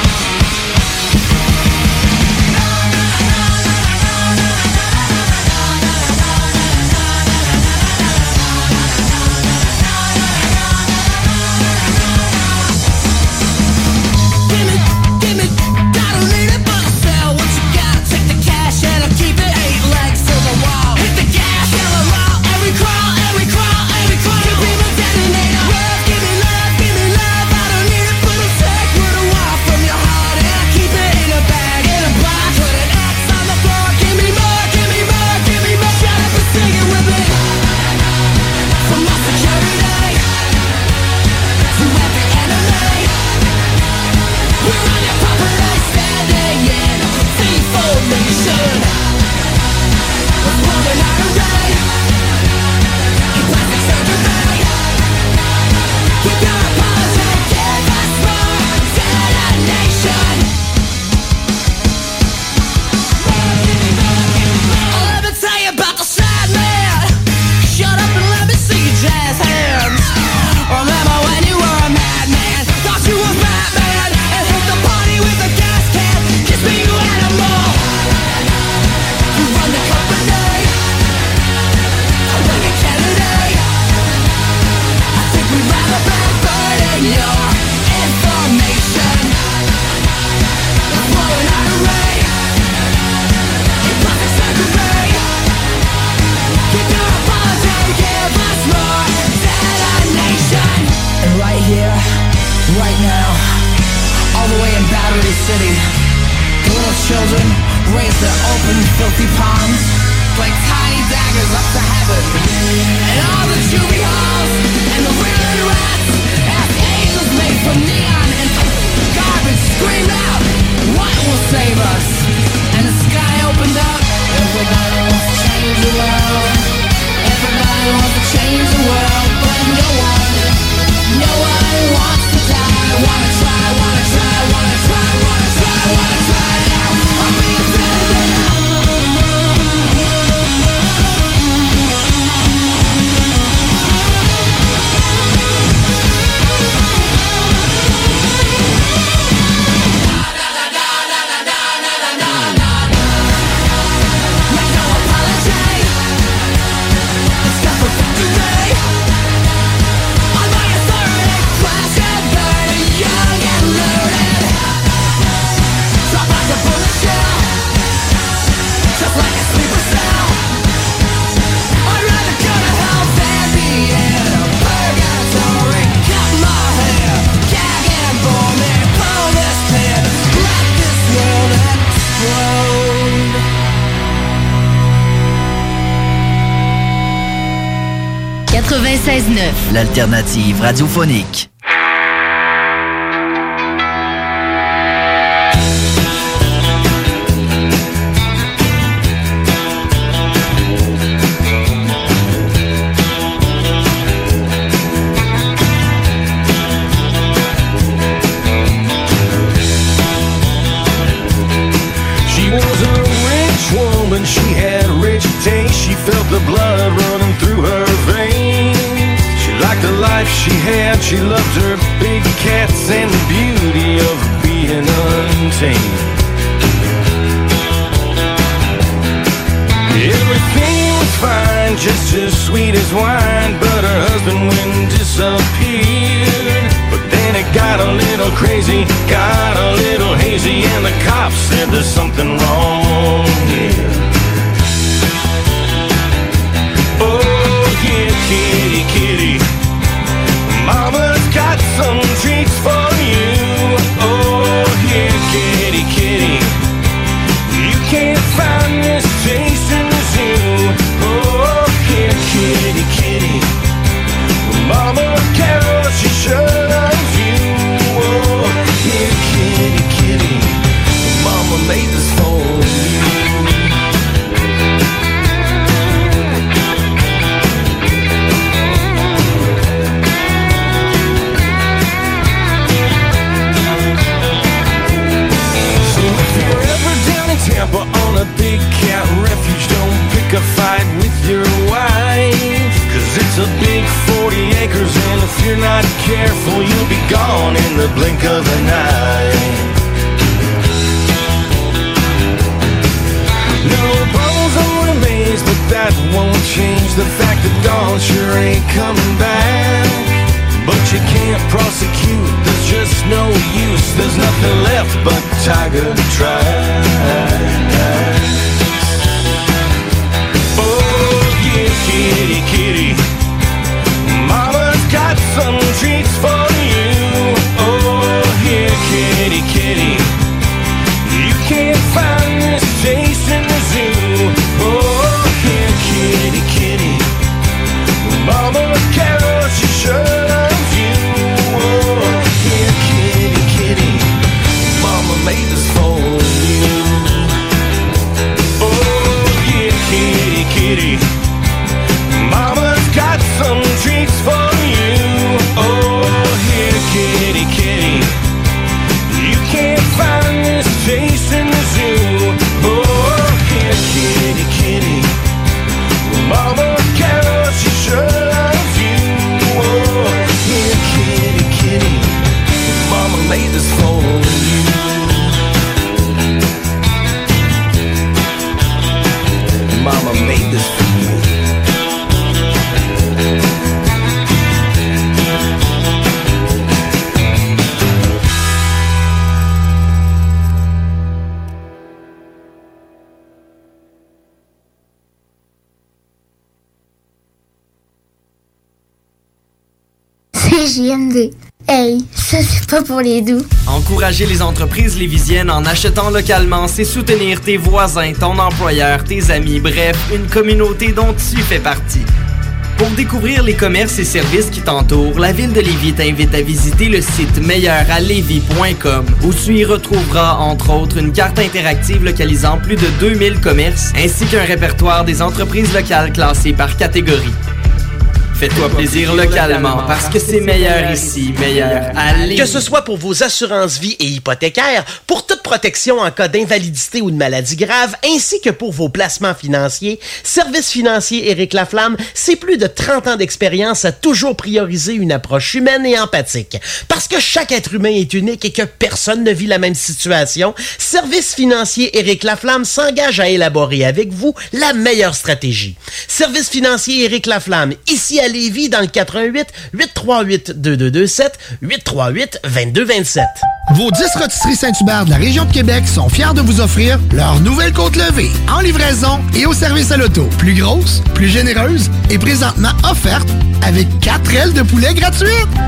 L'alternative radiophonique. She had, she loved her big cats and the beauty of being untamed. Everything was fine, just as sweet as wine, but her husband went and disappeared. But then it got a little crazy, got a little hazy, and the cops said there's something wrong here. Oh, here, kitty, kitty, Mama's got some treats for you. Oh, here, kitty, kitty, you can't find this taste in the zoo. Oh, here, kitty, kitty, Mama cat. you'll be gone in the blink of an eye. No bones or remains, but that won't change the fact that dawn sure ain't coming back. But you can't prosecute, there's just no use. There's nothing left but tiger to try. Oh yeah, kitty, kitty, mama's got some treats for you. Oh yeah, kitty, kitty, you can't find this taste in the zoo. Oh yeah, kitty, kitty, mama Carol, she sure loves you. Oh yeah, kitty, kitty, mama made this for you. Oh yeah, kitty, kitty, mama's got some treats for you. Oh yeah, kitty, kitty, you can't find this taste in the zoo. Oh yeah, kitty, kitty, mama Carol, she sure loves you. Oh yeah, kitty, kitty, mama made this for you. Mama made this for you. CJMD. Hey, ça c'est pas pour les doux. Encourager les entreprises lévisiennes en achetant localement, c'est soutenir tes voisins, ton employeur, tes amis, bref, une communauté dont tu fais partie. Pour découvrir les commerces et services qui t'entourent, la Ville de Lévis t'invite à visiter le site meilleuralevis.com où tu y retrouveras, entre autres, une carte interactive localisant plus de 2000 commerces ainsi qu'un répertoire des entreprises locales classées par catégorie. Fais-toi plaisir localement parce que c'est meilleur ici, meilleur à Lévis. Que ce soit pour vos assurances vie et hypothécaires, pour toute protection en cas d'invalidité ou de maladie grave, ainsi que pour vos placements financiers, Service financier Éric Laflamme, c'est plus de 30 ans d'expérience à toujours prioriser une approche humaine et empathique. Parce que chaque être humain est unique et que personne ne vit la même situation, Service financier Éric Laflamme s'engage à élaborer avec vous la meilleure stratégie. Service financier Éric Laflamme, ici à Lévis dans le 88 838 2227 838 2227. Vos 10 rôtisseries Saint-Hubert de la région de Québec sont fiers de vous offrir leur nouvelle côte levée en livraison et au service à l'auto. Plus grosse, plus généreuse et présentement offerte avec 4 ailes de poulet gratuites.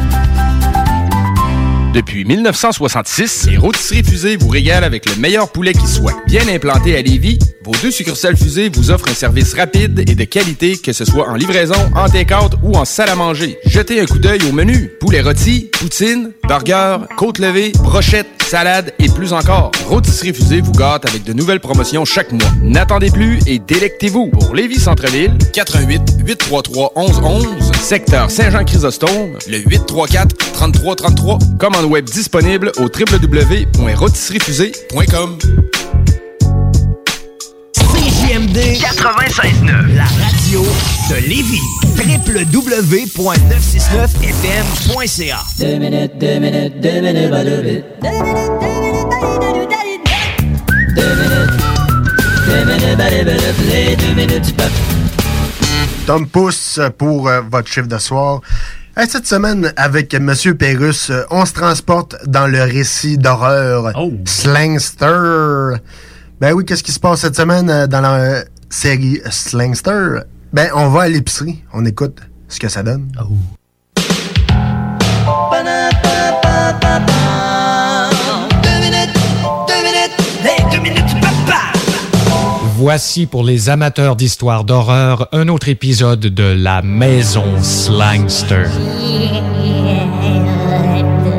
Depuis 1966, les Rôtisseries Fusées vous régalent avec le meilleur poulet qui soit. Bien implanté à Lévis, vos 2 succursales Fusées vous offrent un service rapide et de qualité, que ce soit en livraison, en take-out ou en salle à manger. Jetez un coup d'œil au menu. Poulet rôti, poutine, burger, côte levée, brochette, salade et plus encore. Rôtisseries Fusées vous gâte avec de nouvelles promotions chaque mois. N'attendez plus et délectez-vous. Pour Lévis Centre-Ville, 88 833 1111, secteur Saint-Jean-Chrysostome, le 834 3333. Commande web disponible au www.rotisseriefusée.com. CJMD 96.9, la radio de Lévis. www.969fm.ca. 2 minutes, 2 minutes, 2 minutes, pas de vite. 2 minutes, 2 minutes, 2 minutes, 2 minutes, 2 minutes du peuple. Tom Pouce pour votre chiffre de soir. Hey, cette semaine, avec Monsieur Pérusse, on se transporte dans le récit d'horreur Slangster. Ben oui, qu'est-ce qui se passe cette semaine dans la série Slangster? Ben, on va à l'épicerie, on écoute ce que ça donne. Oh. Voici pour les amateurs d'histoires d'horreur un autre épisode de La Maison Slangster.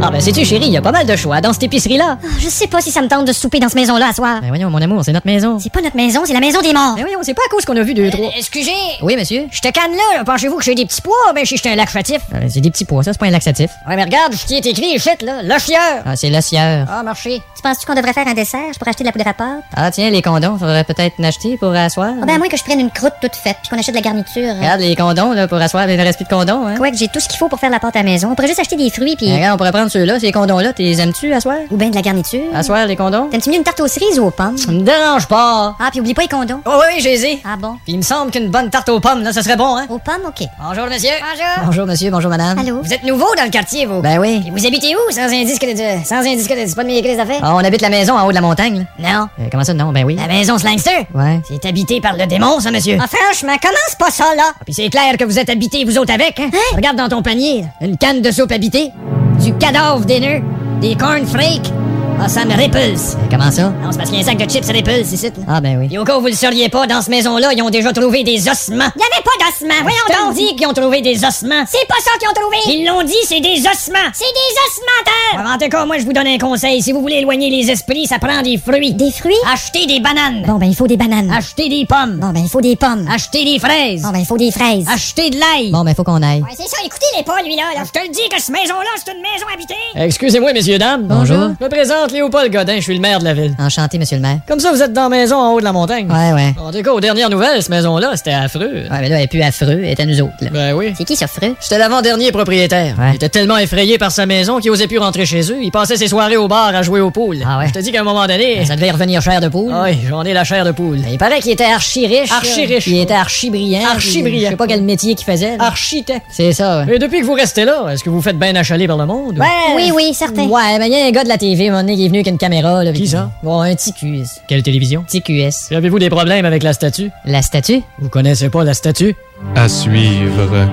Ah ben sais-tu, chérie, il y a pas mal de choix dans cette épicerie-là. Je sais pas si ça me tente de souper dans cette maison-là à soir. Ben voyons, mon amour, c'est notre maison. C'est pas notre maison, c'est la maison des morts. Ben voyons, c'est pas à cause qu'on a vu 2, 3. Excusez. Oui, monsieur. Je te canne là. Pensez-vous que j'ai des petits pois? Ben, je suis un laxatif. C'est des petits pois, ça, c'est pas un laxatif. Ouais, mais regarde, ce qui est écrit ici, là. Le chieur. Ah, c'est le sieur. Ah, marché. Tu penses-tu qu'on devrait faire un dessert? Je pourrais acheter de la poudre à pâte? Ah, tiens, les condoms, faudrait peut-être en acheter pour asseoir. Ah, ben, à moins que je prenne une croûte toute faite, puis qu'on achète de la garniture. Regarde, les condoms, là, pour asseoir, il ne reste plus de condoms, hein. Ouais, que j'ai tout ce qu'il faut pour faire la pâte à la maison. On pourrait juste acheter des fruits, puis. Regarde, on pourrait prendre ceux-là, ces condoms-là. Tu les aimes-tu, asseoir? Ou bien de la garniture. Asseoir, les condoms? T'aimes-tu mieux une tarte aux cerises ou aux pommes? Ça me dérange pas. Ah, puis oublie pas les condoms. Oh, oui, j'ai les ai. Ah bon? Puis il me semble qu'une bonne tarte aux pommes, là, ça serait bon, hein? Aux pommes, ok. Bonjour, monsieur. Bonjour. Bonjour, monsieur, bonjour, madame. Allô? Vous êtes nouveau dans le quartier, vous? Ben oui. Puis vous habitez où? Sans indice c'est pas de mes crises d'affaires? Ah, on habite la maison en haut de la montagne, là. Non. Comment ça, non? Ben oui. La maison Slangster? Ouais. C'est habité par le démon, ça, monsieur. Ah, franchement, commence pas ça, là. Puis c'est clair que vous êtes habités, vous autres, avec, hein? Regarde dans ton panier, là. Une canne de soupe habitée, du cadavre dinner, des cornflakes. Ah, ça me répulse. Comment ça? Non, c'est parce qu'il y a un sac de chips répulse ici, là. Ah, ben oui. Et au cas où vous le sauriez pas, dans cette maison-là, ils ont déjà trouvé des ossements. Il y avait pas d'ossements, voyons donc. dit qu'ils ont trouvé des ossements. C'est pas ça qu'ils ont trouvé. Ils l'ont dit, c'est des ossements. C'est des ossementeurs. En tout cas, moi, je vous donne un conseil. Si vous voulez éloigner les esprits, ça prend des fruits. Des fruits? Achetez des bananes. Bon, ben, il faut des bananes. Achetez des pommes. Bon, ben, il faut des pommes. Achetez des fraises. Bon, ben, il faut des fraises. Achetez de l'ail. Bon, ben, faut qu'on aille. Ouais, c'est ça, écoutez-les pas, lui, là. Je te le dis que cette maison-là, c'est une maison habitée. Excusez-moi, messieurs, dames. Bonjour. Je me présente Léopold Godin, je suis le maire de la ville. Enchanté, monsieur le maire. Comme ça, vous êtes dans la maison en haut de la montagne. Ouais. En tout cas, aux dernières nouvelles, cette maison-là, c'était affreux. Ouais, mais là, elle est plus affreux, elle est à nous autres, là. Ben oui. C'est qui, ce affreux? C'était l'avant-dernier propriétaire. Ouais. Il était tellement effrayé par sa maison qu'il osait plus rentrer chez eux. Il passait ses soirées au bar à jouer au pool. Ah ouais? Je te dis qu'à un moment donné... Ça devait revenir cher de poule. Ah oui, j'en ai la chair de poule. Il paraît qu'il était archi riche. Archi riche. Il était archi brillant. Archi brillant. Je sais pas quel métier qu'il faisait. Là. Architecte. C'est ça, ouais. Et depuis que vous restez là, est-ce que vous faites bien achaler par le monde? Ouais. Oui, certain. Ouais, mais il y a un gars de la TV, un moment donné, qui est venu avec une caméra. Là, qui ça? Bon, un TQS. Quelle télévision? TQS. Avez-vous des problèmes avec la statue? La statue? Vous connaissez pas la statue? À suivre.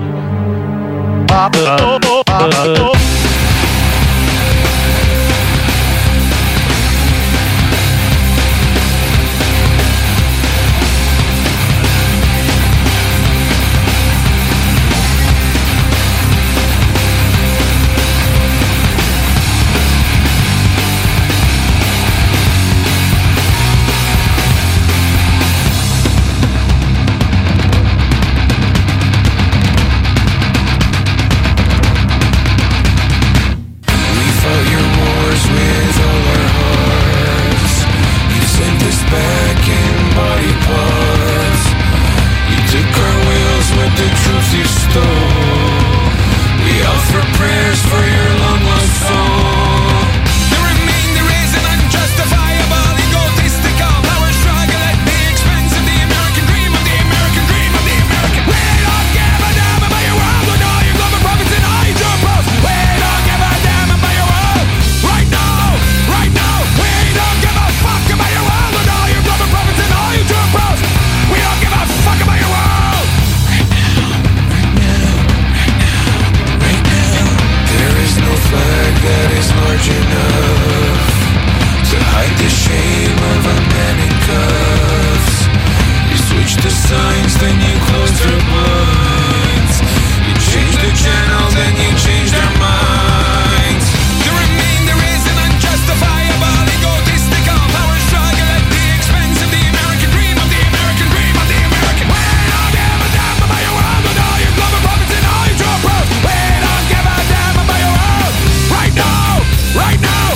Right now,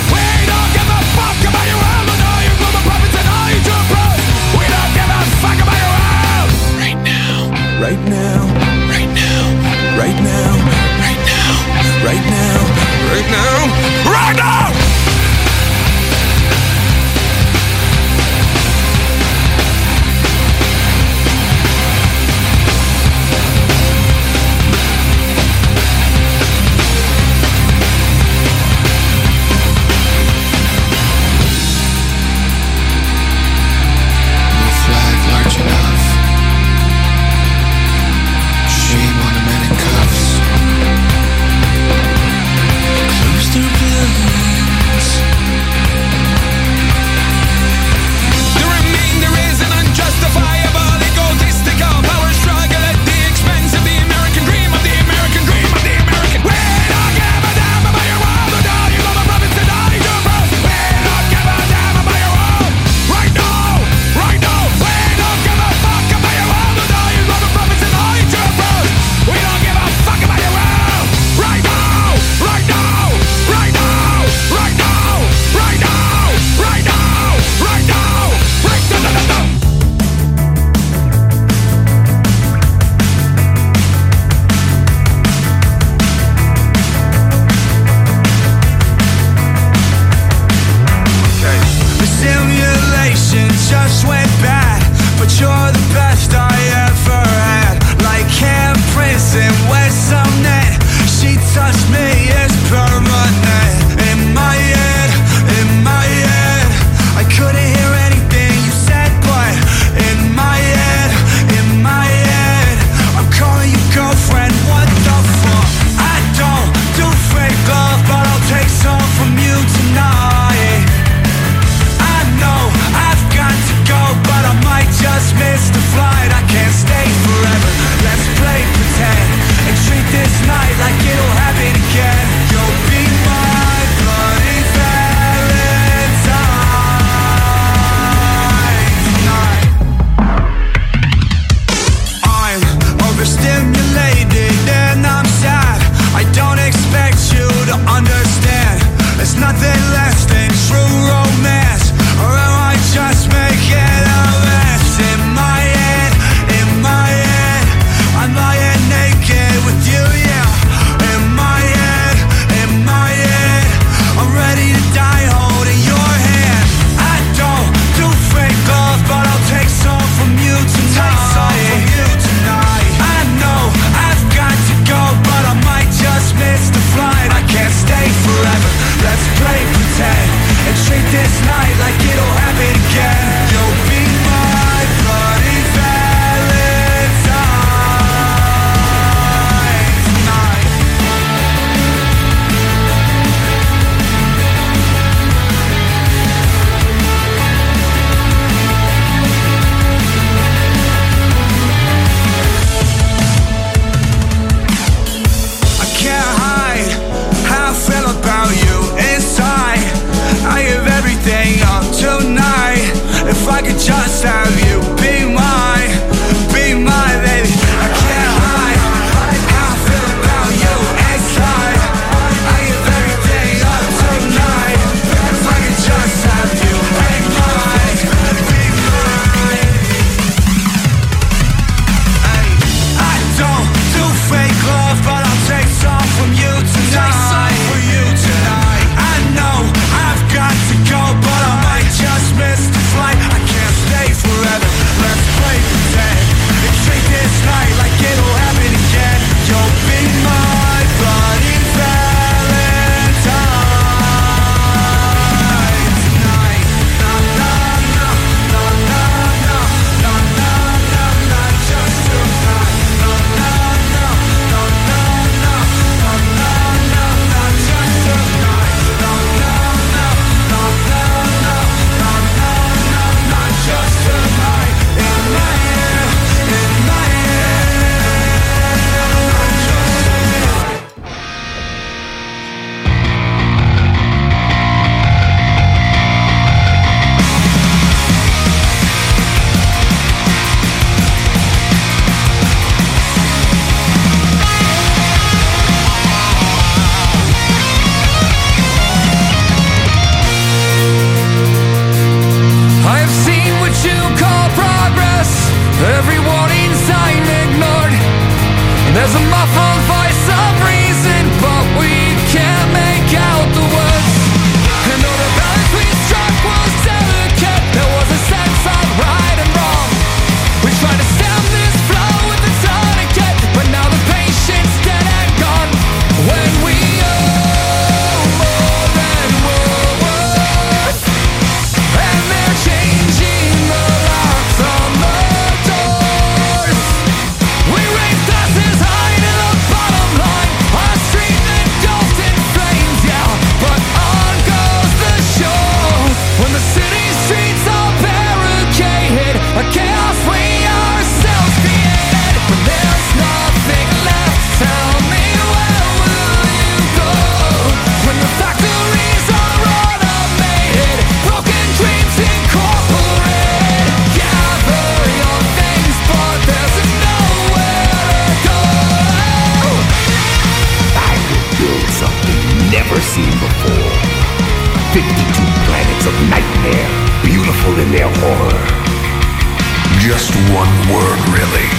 never seen before. 52 planets of nightmare, beautiful in their horror. Just one word, really.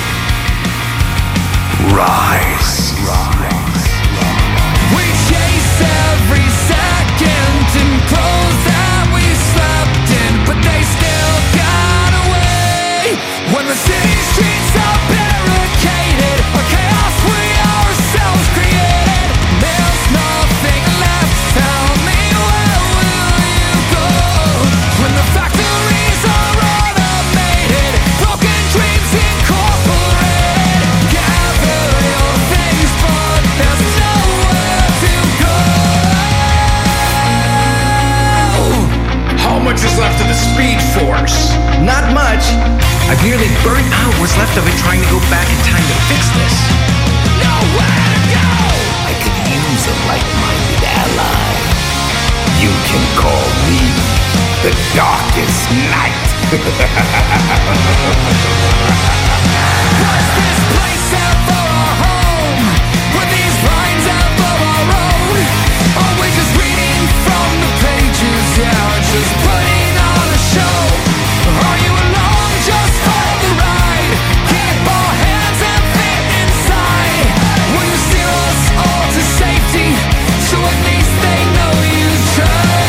Rise. We chase every second in clothes that we slept in, but they still got away. When the city streets are barricaded, a chaos we ourselves created. There's nothing left, tell me where will you go? When the factories are automated, broken dreams incorporated. Gather your things, but there's nowhere to go. How much is left of the Speed Force? Not much. I've nearly burned out what's left of it trying to go back in time to fix this. Nowhere to go! I could use a like-minded ally. You can call me the Darkest Knight. Was this place ever our home? Were these lines ever our own? Are we just reading from the pages? Yeah, just putting on a show. Are you alone just for the ride? Keep our hands and feet inside. Will you steer us all to safety? So at least they know you tried.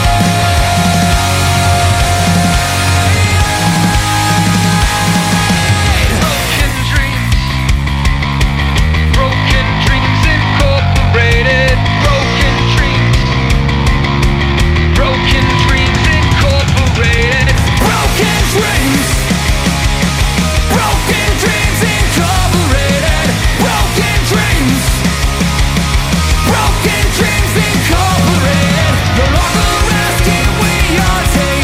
Broken dreams incorporated. Broken dreams. Broken dreams incorporated. Broken dreams. Broken dreams incorporated. Broken dreams. Broken dreams incorporated. No longer rescue, we are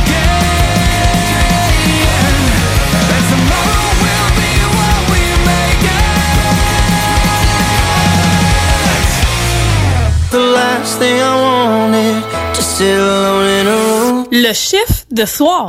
taken. And tomorrow will be what we make it. The last thing I wanted, just sit alone in a room. Le chiffre de soir.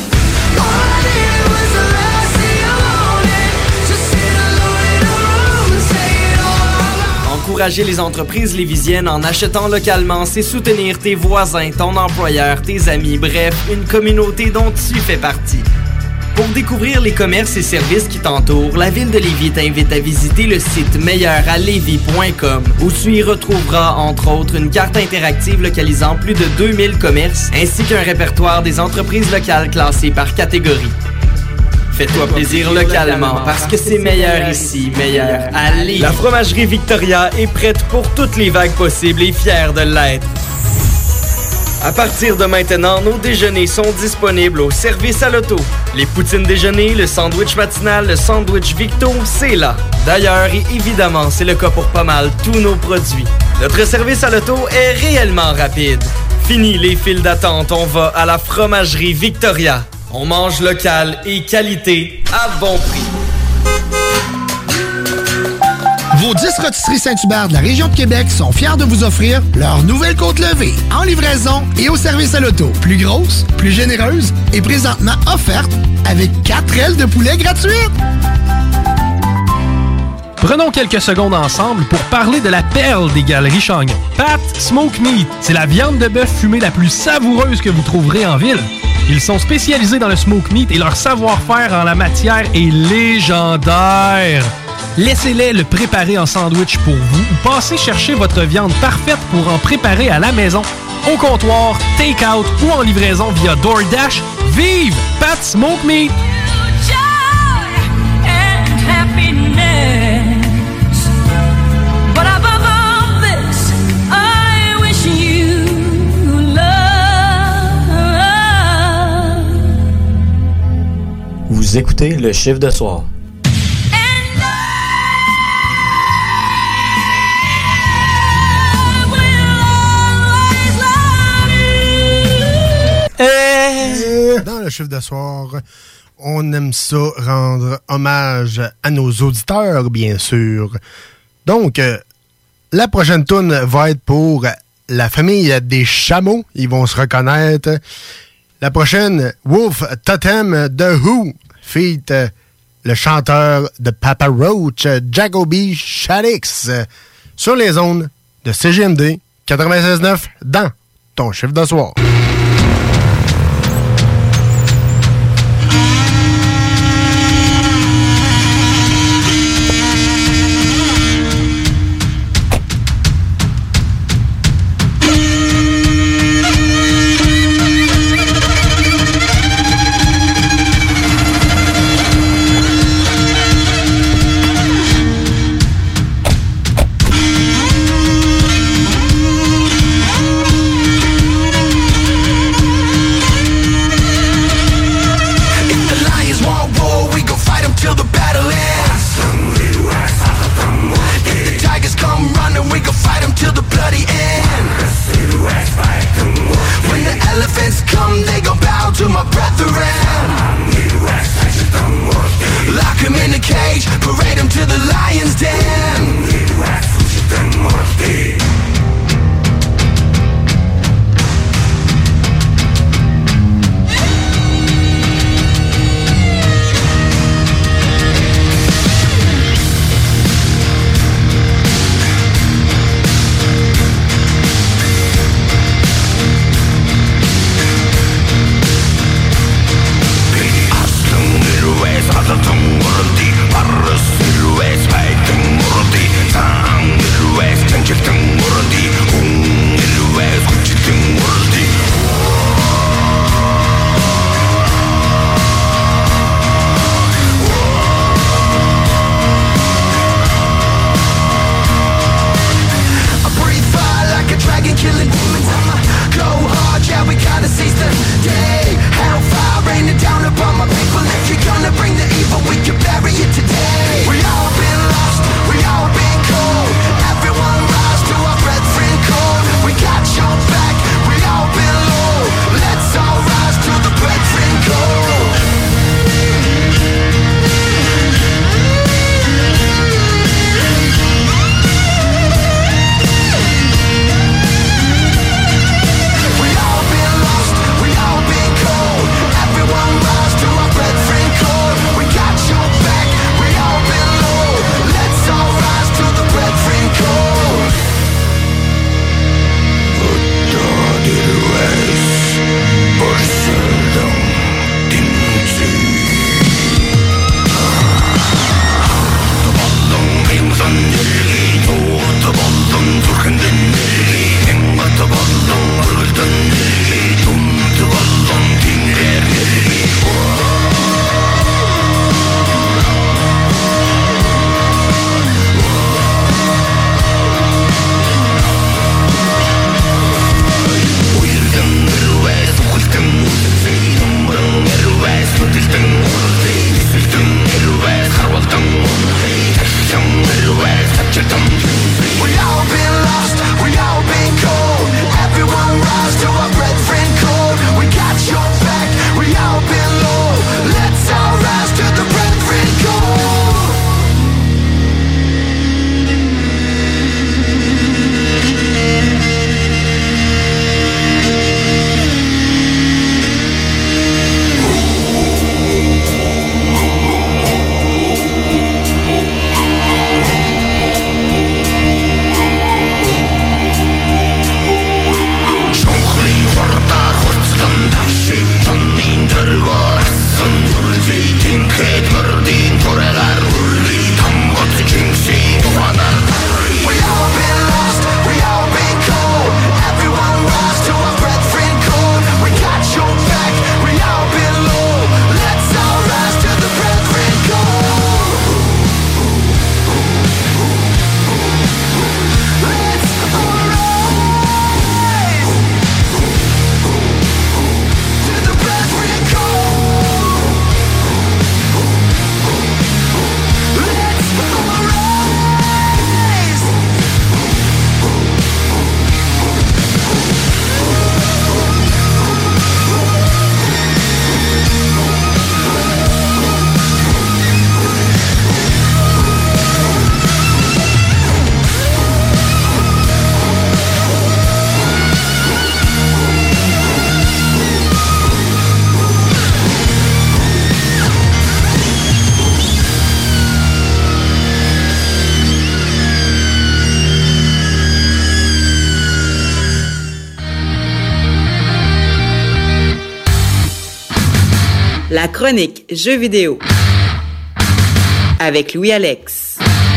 Encourager les entreprises lévisiennes en achetant localement, c'est soutenir tes voisins, ton employeur, tes amis, bref, une communauté dont tu fais partie. Pour découvrir les commerces et services qui t'entourent, la Ville de Lévis t'invite à visiter le site meilleuralevis.com où tu y retrouveras, entre autres, une carte interactive localisant plus de 2000 commerces ainsi qu'un répertoire des entreprises locales classées par catégorie. Fais-toi plaisir localement parce que c'est meilleur ici, meilleur à Lévis. La fromagerie Victoria est prête pour toutes les vagues possibles et fière de l'être. À partir de maintenant, nos déjeuners sont disponibles au service à l'auto. Les poutines déjeuner, le sandwich matinal, le sandwich Victo, c'est là. D'ailleurs, et évidemment, c'est le cas pour pas mal tous nos produits. Notre service à l'auto est réellement rapide. Fini les files d'attente, on va à la fromagerie Victoria. On mange local et qualité à bon prix. Vos 10 rôtisseries Saint-Hubert de la région de Québec sont fiers de vous offrir leur nouvelle côte levée en livraison et au service à l'auto. Plus grosse, plus généreuse et présentement offerte avec 4 ailes de poulet gratuites. Prenons quelques secondes ensemble pour parler de la perle des Galeries Chagnon. Pat Smoke Meat, c'est la viande de bœuf fumée la plus savoureuse que vous trouverez en ville. Ils sont spécialisés dans le smoke meat et leur savoir-faire en la matière est légendaire. Laissez-les le préparer en sandwich pour vous ou passez chercher votre viande parfaite pour en préparer à la maison, au comptoir, take-out ou en livraison via DoorDash. Vive Pat Smoke Meat! Vous écoutez le chiffre de soir. Dans le chiffre de soir, on aime ça rendre hommage à nos auditeurs, bien sûr. Donc, la prochaine toune va être pour la famille des Chameaux. Ils vont se reconnaître. La prochaine, Wolf Totem de Who, feat le chanteur de Papa Roach, Jacoby Shaddix, sur les ondes de CGMD 96.9 dans ton chiffre de soir. La chronique jeux vidéo avec Louis-Alex.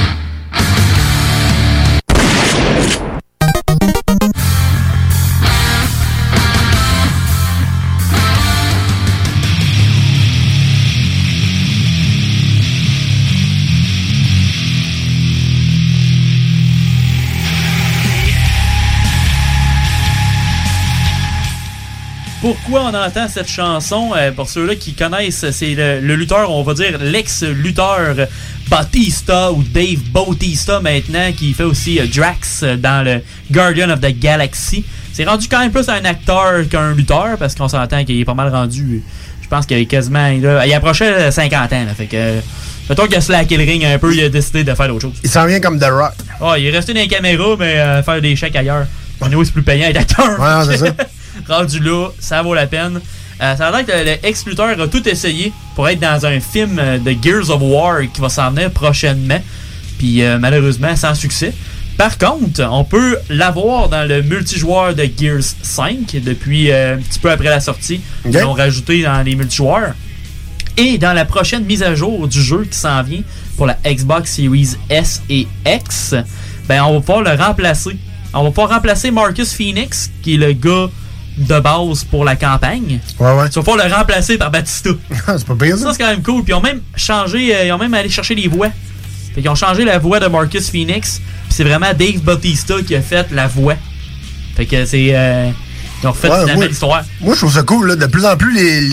Pourquoi on entend cette chanson? Pour ceux-là qui connaissent, c'est le lutteur, on va dire l'ex-lutteur Batista ou Dave Bautista maintenant, qui fait aussi Drax dans le Guardian of the Galaxy. C'est rendu quand même plus un acteur qu'un lutteur, parce qu'on s'entend qu'il est pas mal rendu. Je pense qu'il est quasiment. Il approchait 50 ans, là, fait que. Mettons qu'il a slacké le ring un peu, il a décidé de faire d'autres choses. Il s'en vient comme The Rock. Ah, il est resté dans les caméras, mais faire des chèques ailleurs. C'est plus payant être acteur. Ouais, c'est ça. Rendu là, ça vaut la peine. Ça a l'air que le ex-lutteur a tout essayé pour être dans un film de Gears of War qui va s'en venir prochainement. Puis malheureusement, sans succès. Par contre, on peut l'avoir dans le multijoueur de Gears 5 depuis un petit peu après la sortie. Ils l'ont rajouté dans les multijoueurs. Et dans la prochaine mise à jour du jeu qui s'en vient pour la Xbox Series S et X, ben on va pouvoir le remplacer. On va pouvoir remplacer Marcus Phoenix, qui est le gars de base pour la campagne. Ouais. Tu vas pouvoir le remplacer par Batista. C'est pas pire, ça. Ça, c'est quand même cool. Puis ils ont même changé, ils ont même allé chercher les voix. Fait qu'ils ont changé la voix de Marcus Phoenix. Puis c'est vraiment Dave Bautista qui a fait la voix. Fait que c'est... ils ont refait la belle histoire. Moi, je trouve ça cool. Là. De plus en plus,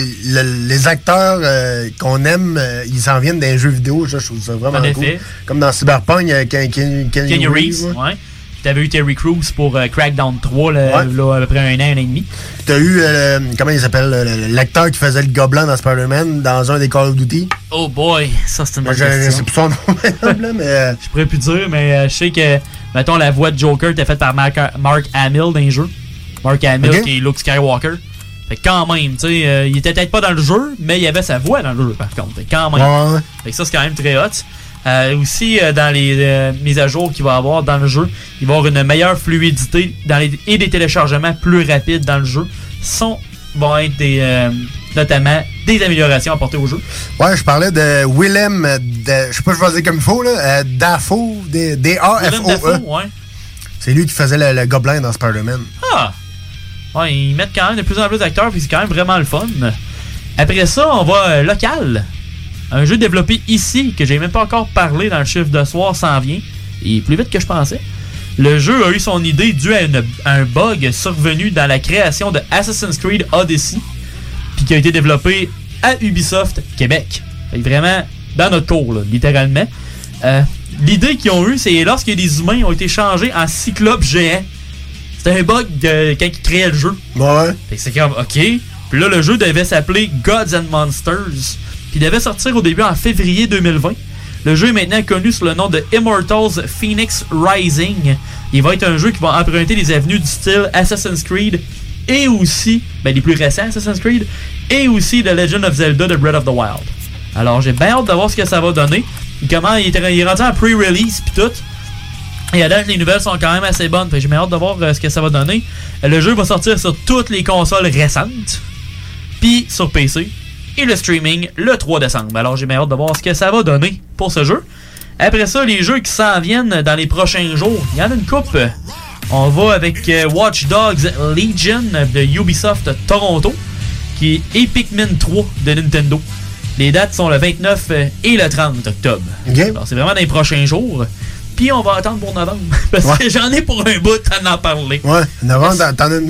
les acteurs qu'on aime, ils s'en viennent dans les jeux vidéo. Je trouve ça vraiment cool. Comme dans Cyberpunk, Kenny Reeves. Ouais. T'avais eu Terry Crews pour Crackdown 3 là, à peu près un an et demi. T'as eu, comment il s'appelle, l'acteur qui faisait le gobelin dans Spider-Man dans un des Call of Duty. Oh boy, ça c'est une bonne question. C'est plus son nom maintenant, mais... Je pourrais plus dire, mais je sais que, mettons, la voix de Joker était faite par Mark Hamill dans les jeux. Mark Hamill qui est Luke Skywalker. Fait que quand même, tu sais, il était peut-être pas dans le jeu, mais il y avait sa voix dans le jeu par contre. Fait que quand même. Fait que ça c'est quand même très hot. Aussi, dans les mises à jour qu'il va y avoir dans le jeu, il va y avoir une meilleure fluidité et des téléchargements plus rapides dans le jeu. Vont être notamment des améliorations apportées au jeu. Ouais, je parlais de Willem, je sais pas si je vais dire comme il faut, là, Dafoe, D-A-F-O-E. Ouais. C'est lui qui faisait le gobelin dans Spider-Man. Ah! Ouais, ils mettent quand même de plus en plus d'acteurs, puis c'est quand même vraiment le fun. Après ça, on va local. Un jeu développé ici, que j'ai même pas encore parlé dans le chiffre de soir, s'en vient. Et plus vite que je pensais. Le jeu a eu son idée due à un bug survenu dans la création de Assassin's Creed Odyssey, puis qui a été développé à Ubisoft Québec. Fait que vraiment dans notre cours, là, littéralement. L'idée qu'ils ont eue, c'est lorsque des humains ont été changés en cyclopes géants. C'était un bug quand ils créaient le jeu. Ouais. Fait que c'est comme, ok. Puis là, le jeu devait s'appeler Gods and Monsters. Puis il devait sortir au début en février 2020. Le jeu est maintenant connu sous le nom de Immortals Phoenix Rising. Il va être un jeu qui va emprunter les avenues du style Assassin's Creed et aussi, les plus récents Assassin's Creed, et aussi The Legend of Zelda de Breath of the Wild. Alors j'ai bien hâte de voir ce que ça va donner. Il est rendu en pre-release pis tout. Et à date, les nouvelles sont quand même assez bonnes. Fait que j'ai bien hâte de voir ce que ça va donner. Le jeu va sortir sur toutes les consoles récentes. Puis sur PC. Et le streaming le 3 décembre. Alors j'ai bien hâte de voir ce que ça va donner pour ce jeu. Après ça, les jeux qui s'en viennent dans les prochains jours, il y en a une coupe. On va avec Watch Dogs Legion de Ubisoft Toronto, qui est Pikmin 3 de Nintendo. Les dates sont le 29 et le 30 octobre. Alors c'est vraiment dans les prochains jours. Puis on va attendre pour novembre. Parce que j'en ai pour un bout à en parler. Ouais, novembre, t'en as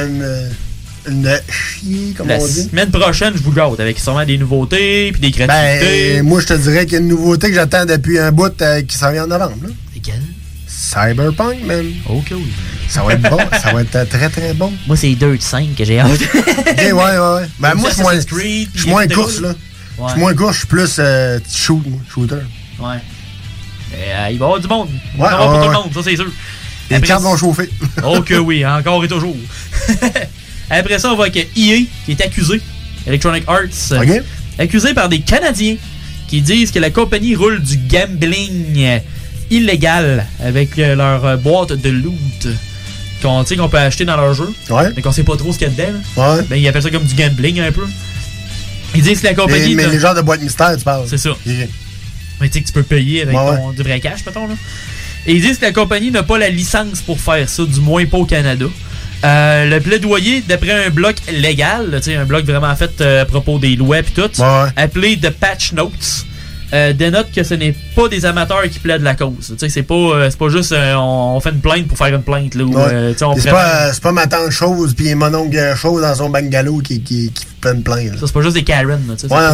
une chier, comme on dit. La semaine prochaine, je vous gâte avec sûrement des nouveautés puis des créativités. Moi, je te dirais qu'il y a une nouveauté que j'attends depuis un bout qui s'en vient en novembre. C'est quelle? Cyberpunk, man. Ok, oui. Ça va être bon. Ça va être très, très bon. Moi, c'est 2-5 que j'ai hâte. Ok, ouais. Ben, moi, je suis moins course, là. Je suis moins course, je suis plus shooter. Ouais. Il va y avoir du monde. Il va y avoir pour tout le monde, ça, c'est sûr. Les cartes vont chauffer. Ok, oui, encore et toujours. Après ça, on va avec EA, qui est accusé, Electronic Arts, accusé par des Canadiens qui disent que la compagnie roule du gambling illégal avec leur boîte de loot qu'on peut acheter dans leur jeu. Ouais. Mais qu'on sait pas trop ce qu'il y a dedans. Ouais. Ben, ils appellent ça comme du gambling un peu. Ils disent que la compagnie... Mais les genres de boîtes mystères, tu parles. C'est ça. Okay. Mais tu sais que tu peux payer avec du vrai cash, mettons. Là. Et ils disent que la compagnie n'a pas la licence pour faire ça, du moins pas au Canada. Le plaidoyer, d'après un bloc légal, un bloc vraiment fait à propos des lois et tout, appelé The Patch Notes, dénote que ce n'est pas des amateurs qui plaident la cause. C'est pas juste on fait une plainte pour faire une plainte. Là, c'est pas ma tante chose puis mon oncle chose dans son bungalow qui fait une plainte. Ça, c'est pas juste des Karen. Là,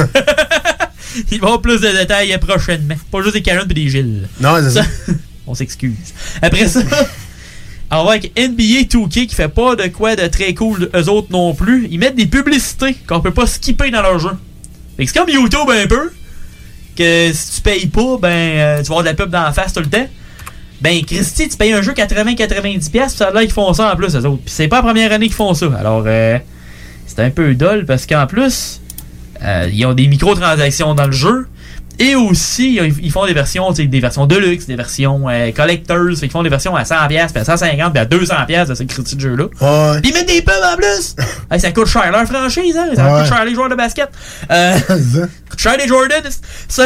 ils vont avoir plus de détails prochainement. Pas juste des Karen et des Gilles. Non, c'est ça. On s'excuse. Après ça... Alors, avec NBA 2K qui fait pas de quoi de très cool eux autres non plus, ils mettent des publicités qu'on peut pas skipper dans leur jeu. Fait que c'est comme YouTube un peu, que si tu payes pas, tu vas avoir de la pub dans la face tout le temps. Ben, Christy, tu payes un jeu 80-90$, pis ça a l'air qu'ils font ça en plus, eux autres. Pis c'est pas la première année qu'ils font ça. Alors, c'est un peu dole parce qu'en plus, ils ont des microtransactions dans le jeu. Et aussi, ils font des versions de luxe, des versions collectors. Fait qu'ils font des versions à 100$, puis à 150$, puis à 200$ de ce crédit de jeu-là. Ouais. Puis ils mettent des pubs en plus! Hey, ça coûte cher leur franchise, hein? Ça coûte cher les joueurs de basket. Ça coûte cher les Jordan. Ça...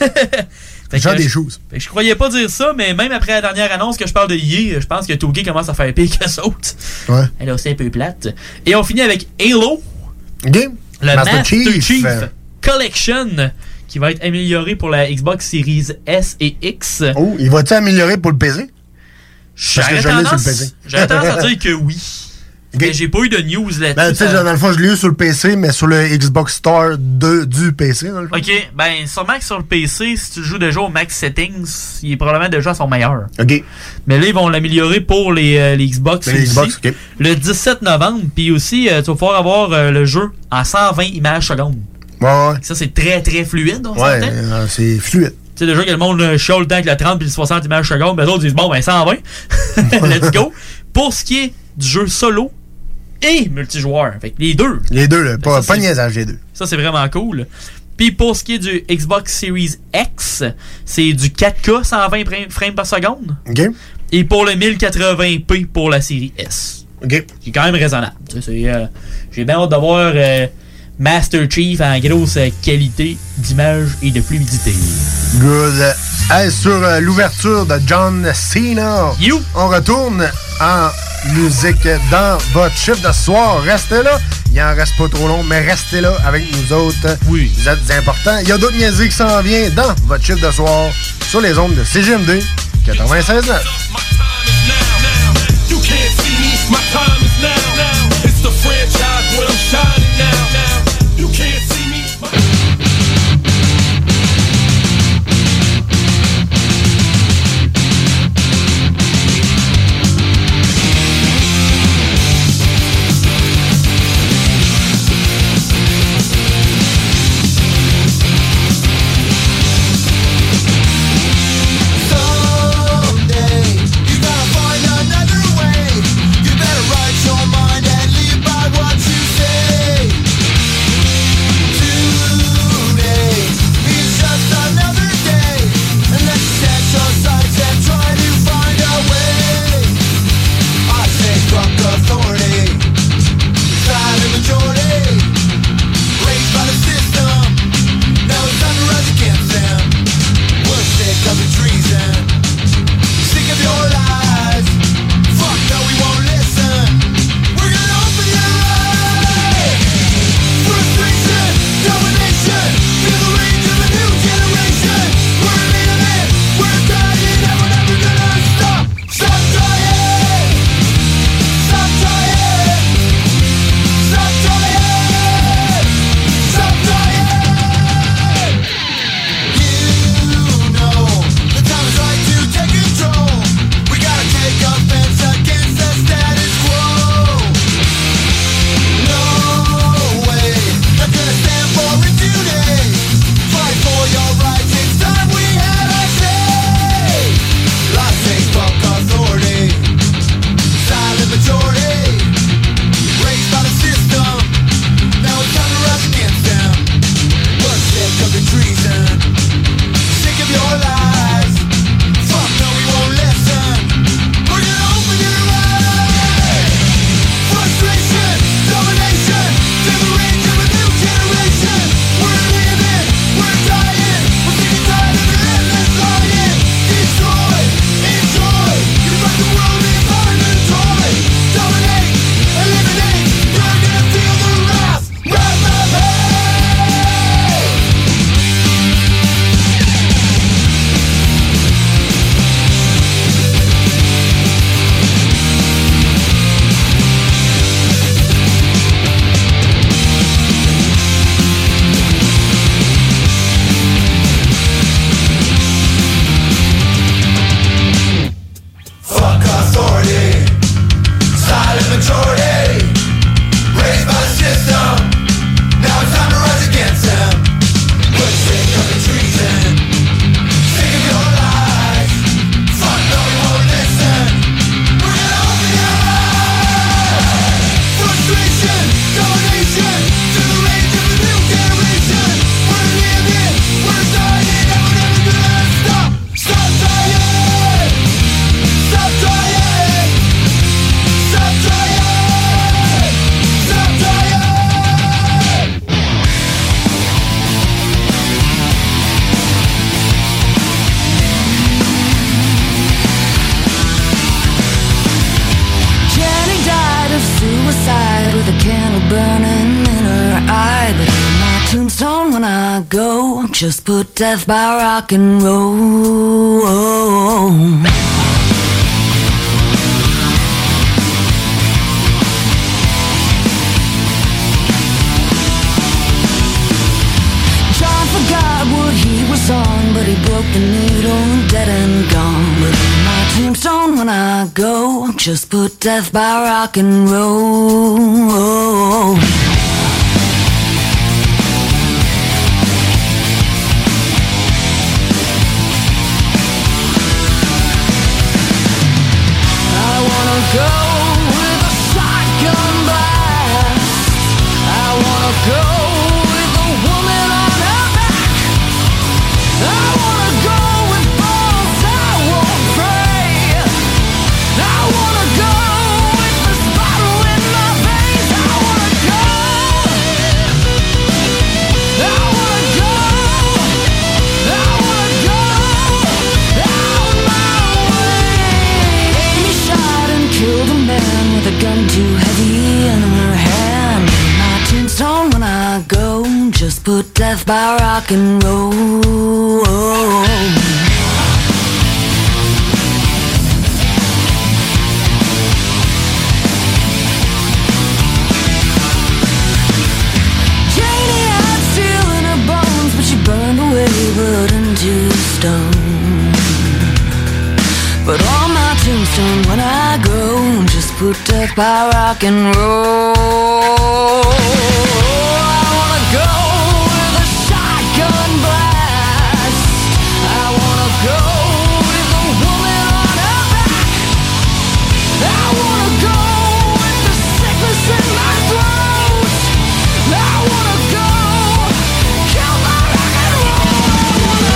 Genre des choses. Je croyais pas dire ça, mais même après la dernière annonce que je parle de EA, je pense que 2K commence à faire pire que ça autres. Ouais. Elle est aussi un peu plate. Et on finit avec Halo. Okay. Le Master Chief Collection, qui va être amélioré pour la Xbox Series S et X. Oh, il va-tu améliorer pour le PC? J'aurais tendance à dire que oui. Okay. Mais j'ai pas eu de news là-dessus. Ben, tu sais, dans le fond, je l'ai eu sur le PC, mais sur le Xbox Store du PC, dans le fond. OK, ben, sûrement que sur le PC, si tu joues déjà au max settings, il est probablement déjà à son meilleur. OK. Mais là, ils vont l'améliorer pour les Xbox. Les Xbox, OK. Le 17 novembre, puis aussi, tu vas pouvoir avoir le jeu en 120 images secondes. Ouais. Ça, c'est très, très fluide, on s'entend? C'est fluide. Tu sais, déjà que le monde chiale le temps avec la 30 puis le 60 images secondes, ben, les autres disent, bon, ben, 120. Let's go. Pour ce qui est du jeu solo et multijoueur. Fait que les deux. Les deux, là. Pas niaisage, les deux. Ça, c'est vraiment cool. Puis pour ce qui est du Xbox Series X, c'est du 4K 120 frames par seconde. OK. Et pour le 1080p pour la série S. OK. C'est quand même raisonnable. J'ai bien hâte d'avoir Master Chief en grosse qualité d'image et de fluidité. Good. Hey, sur l'ouverture de John Cena, on retourne en musique dans votre chiffre de soir. Restez là. Il en reste pas trop long, mais restez là avec nous autres. Oui. Vous êtes importants. Il y a d'autres niaiseries qui s'en viennent dans votre chiffre de soir sur les ondes de CGMD 96.9. You can't see me, my time is now. It's the franchise where I'm shining now. You can't see me. Someday you with a candle burning in her eye. But on my tombstone when I go, just put death by rock and roll. John forgot what he was on, but he broke the needle, dead and gone. But on my tombstone when I go, just put death by rock and roll. Go with a shotgun blast. I wanna go with a woman on her back. I wanna go with balls I won't pray. I wanna go with this bottle in my veins. I wanna go. I wanna go. I wanna go out my way. Amy shot and killed a man with a gun too heavy in her hand. My tombstone when I go, just put death by rock and roll. Janie had steel in her bones, but she burned away, but into stone. But on my tombstone when I go, just put death by rock and roll. I wanna go with a shotgun blast. I wanna go with a woman on her back. I wanna go with the sickness in my throat. I wanna go kill my rock and roll.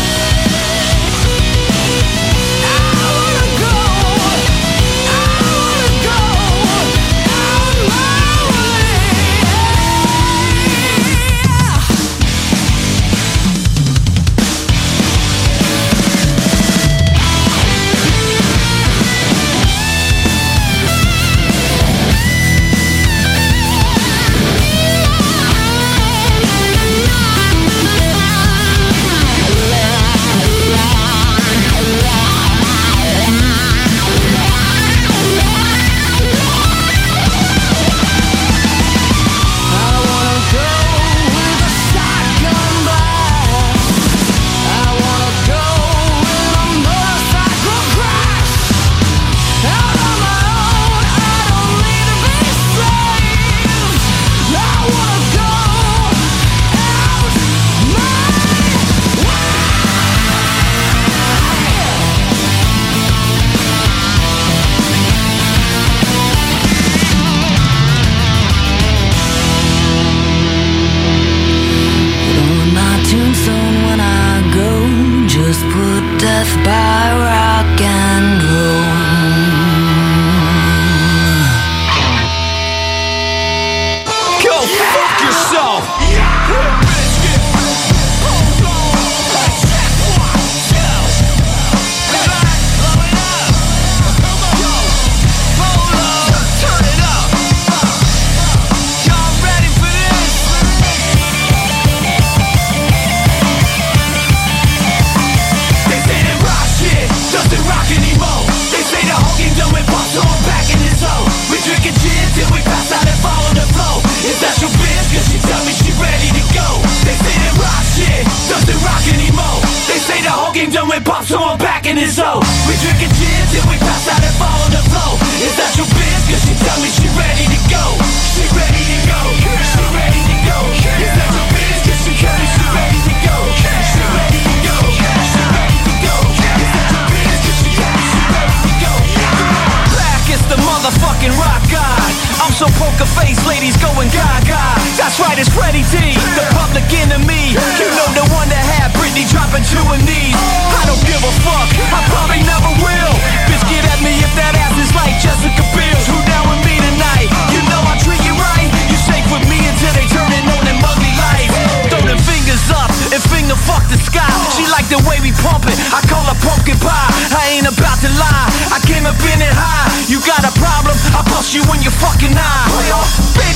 Death by rock and roll. Go fuck yourself! Done with pop, so I'm back in his zone. We drinking gin till we pass out and fall on the floor. Is that your bitch? Cause she tell me she ready to go. She ready to go. She ready to go. Is that your bitch? Cause she tell me she ready to go. She ready to go. She ready to go. Is that your bitch? Cause she tell me she ready to go. Back is the motherfucking rock god. I'm so poker face, ladies going gaga. That's right, it's Freddie T, the public enemy. You know the one that had Britney dropping to her knees. I don't give a fuck, I probably never will. Bitch, get at me if that ass is like Jessica Biel. Who down with me tonight? You know I treat you right. You safe with me until they turn it on them ugly lights. Throw them fingers up and finger fuck the sky. She like the way we pump it, I call her pumpkin pie. I ain't about to lie, I came up in it high. You got a problem, I bust you in your fucking eye.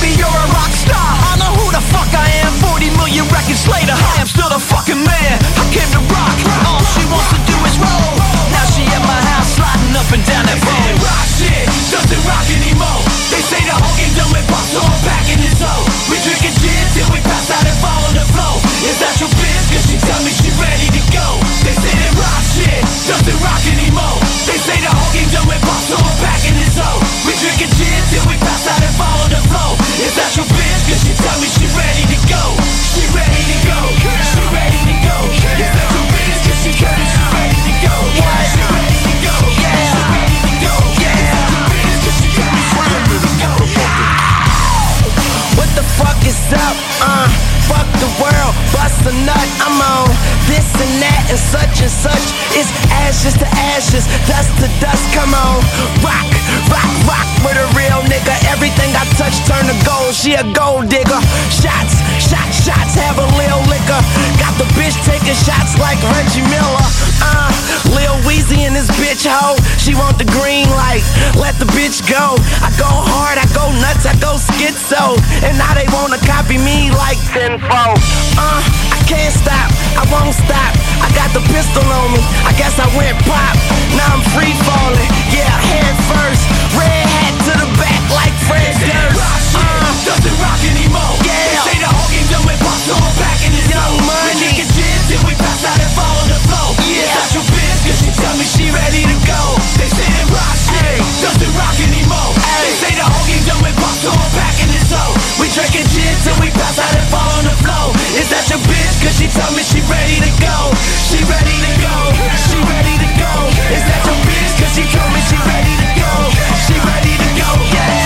and such, it's ashes to ashes, dust to dust, come on. Rock, rock, rock with a real nigga. Everything I touch turn to gold, she a gold digger. Shots, shots, shots, have a lil liquor. Got the bitch taking shots like Reggie Miller. Lil Weezy in this bitch hoe. She want the green light, let the bitch go. I go hard, I go nuts, I go schizo. And now they wanna copy me like tenfold. I can't stop, I won't stop. I got the pistol on me, I guess I went pop. Now I'm free falling, yeah, head first. Red hat to the back like Fred Durst. Doesn't rock anymore. Yeah. They say the whole game done with pop, so I'm back in this Young zone. Money. We drinking gin till we pass out and fall on the floor. Yeah. It's not your bitch, cause she tell me she ready to go. They say that rock shit doesn't rock anymore. They say the whole game done with pop, so I'm back in this zone. We drinking gin till we pass out and fall on the floor. Is that your bitch, cause she tell me she ready to go. She ready to go. She ready to go. Is that your bitch, cause she told me she ready to go. She ready to go. Yeah.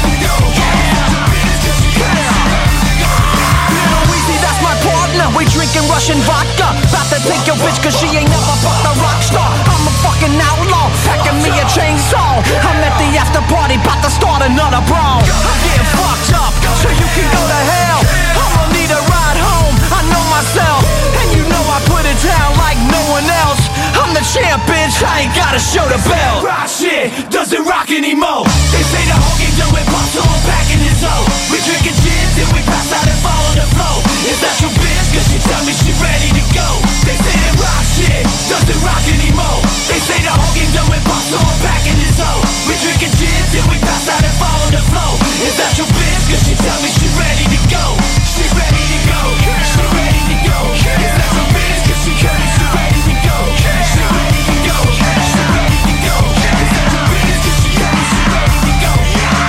We drinking Russian vodka. About to take your bitch cause she ain't never fucked a rock star. I'm a fucking outlaw, packing me a chainsaw. I'm at the after party, about to start another brawl. I'm getting fucked up, so you can go to hell. I'ma need a ride home, I know myself. And you know I put it down like no one else. I'm the champ, bitch, I ain't gotta show the belt. Rock shit doesn't rock anymore. They say the whole game done with pop, so I'm back in this zone. We drinking gin till we pass out and fall on the floor. Is that your bitch? Cause she tell me she ready to go. They say that rock shit doesn't rock anymore. They say the whole game done with pop, so I'm back in this zone. We drinking gin till we pass out and fall on the floor. Is that your bitch? Cause she tell me she ready to go. She ready to go. She ready to go. Is that your bitch? Cause she tell me she ready to go. She ready to go. She ready to go. Is that your bitch? Cause she tell me she ready to go.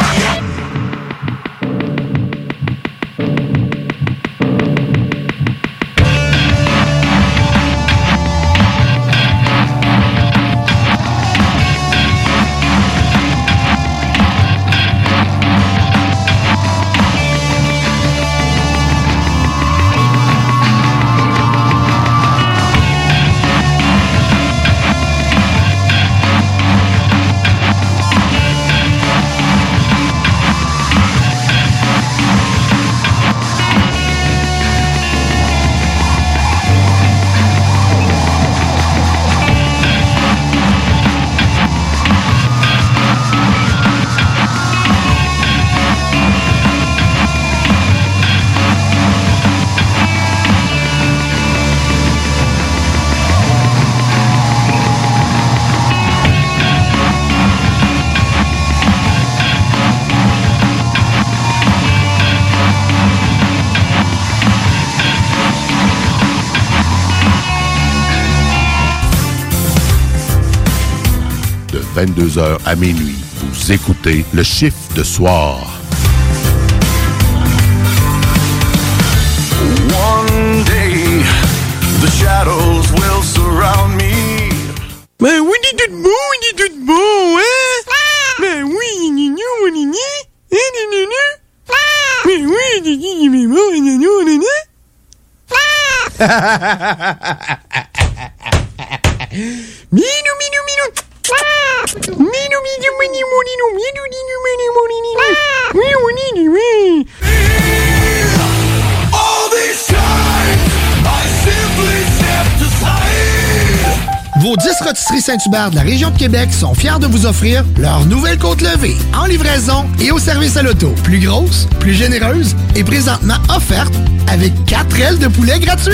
De 22h à minuit, vous écoutez le chiffre de soir. One day, the shadows will surround me. Ben oui, il est tout beau, hein? Ben oui, Ben oui, il est beau, Vos 10 rôtisseries Saint-Hubert de la région de Québec sont fiers de vous offrir leur nouvelle côte levée en livraison et au service à l'auto. Plus grosse, plus généreuse et présentement offerte avec 4 ailes de poulet gratuites.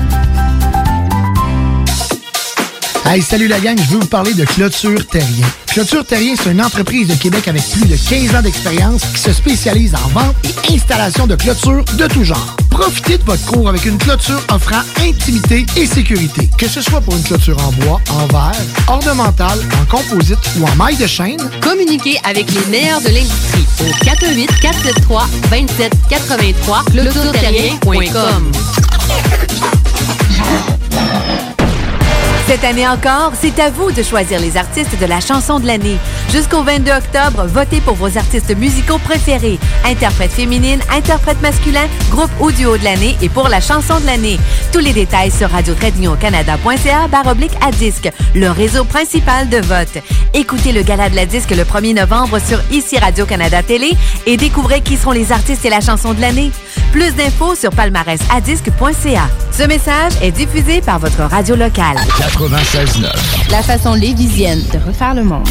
Hey, salut la gang, je veux vous parler de Clôture Terrien. Clôture Terrien, c'est une entreprise de Québec avec plus de 15 ans d'expérience qui se spécialise en vente et installation de clôtures de tout genre. Profitez de votre cour avec une clôture offrant intimité et sécurité. Que ce soit pour une clôture en bois, en verre, ornementale, en composite ou en maille de chaîne, communiquez avec les meilleurs de l'industrie au 418-473-2783 clôtureterrien.com. Cette année encore, c'est à vous de choisir les artistes de la chanson de l'année. Jusqu'au 22 octobre, votez pour vos artistes musicaux préférés. Interprète féminine, interprète masculin, groupe ou duo de l'année et pour la chanson de l'année. Tous les détails sur radio-canada.ca/à disque, le réseau principal de vote. Écoutez le gala de la disque le 1er novembre sur ici Radio-Canada Télé et découvrez qui seront les artistes et la chanson de l'année. Plus d'infos sur palmarèsadisque.ca. Ce message est diffusé par votre radio locale. 96.9. La façon lévisienne de refaire le monde.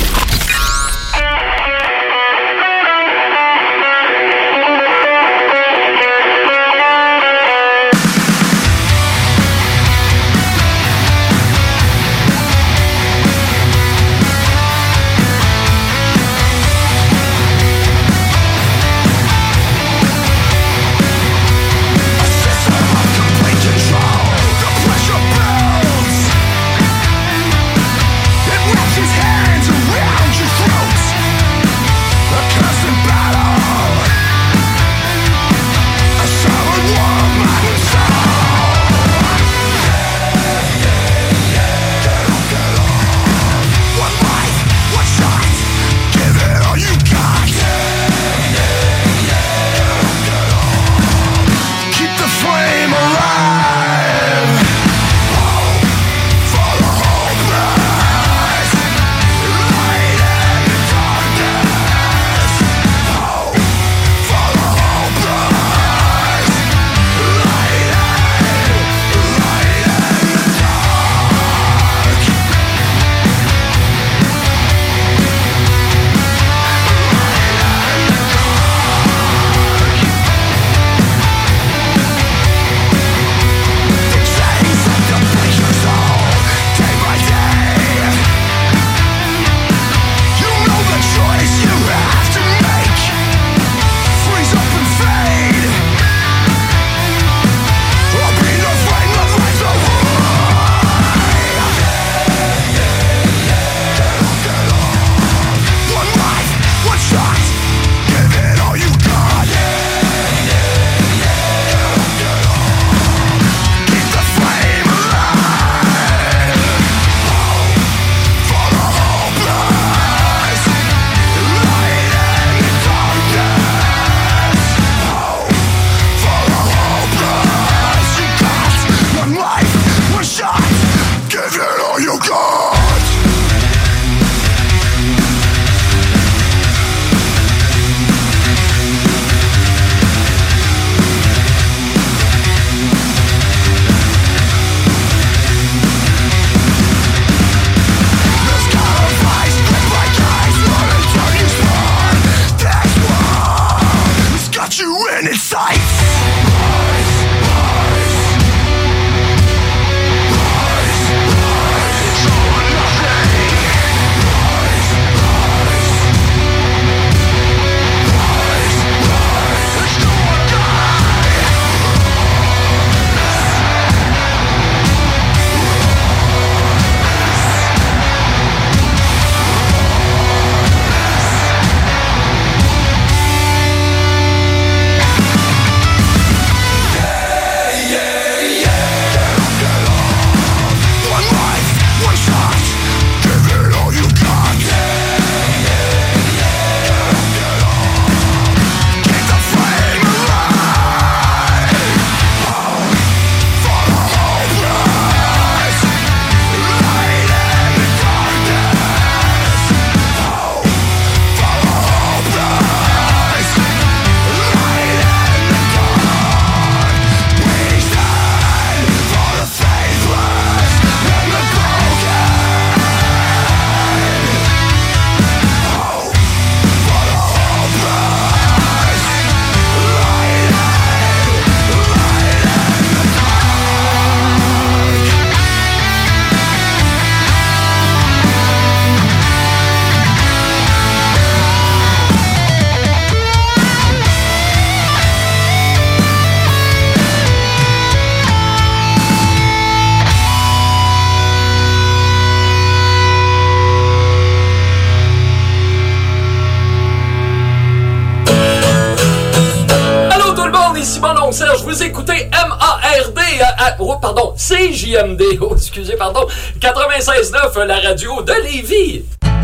ici mon oncle Serge. Vous écoutez MARD, CJMD, excusez, 96.9, la radio de Lévis.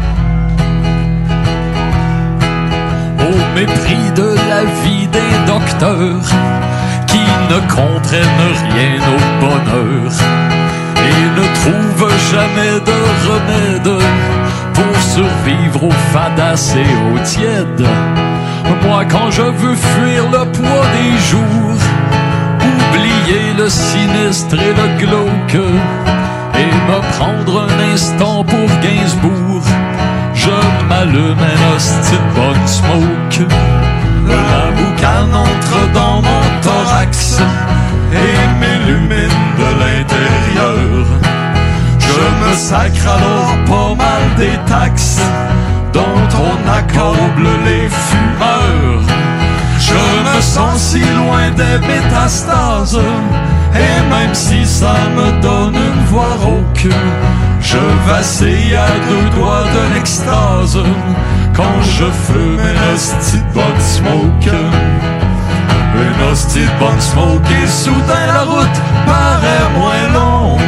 Au mépris de la vie des docteurs qui ne comprennent rien au bonheur et ne trouvent jamais de remède pour survivre aux fadas et aux tièdes. Moi, quand je veux fuir le poids des jours, oublier le sinistre et le glauque et me prendre un instant pour Gainsbourg, je m'allume un hostie de bonne smoke. La boucane entre dans mon thorax et m'illumine de l'intérieur. Je me sacre alors pas mal des taxes dont on accable les fumeurs. Je me sens si loin des métastases, et même si ça me donne une voix rauque, je vacille à 2 doigts de l'extase quand je fume une hostie de bonne smoke. Une hostie de bonne smoke et soudain la route paraît moins longue.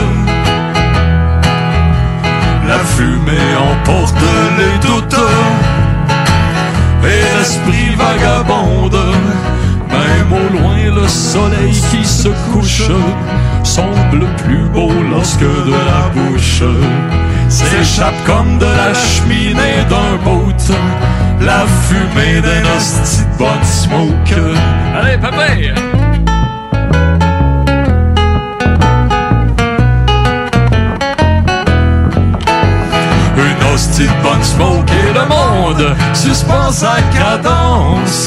La fumée emporte les doutes et l'esprit vagabonde. Même au loin le soleil qui se couche semble plus beau lorsque de la bouche s'échappe comme de la cheminée d'un boat la fumée d'un hostie de bonne smoke. Allez, papa! Une hostie de bonne smoke et le monde suspend sa cadence.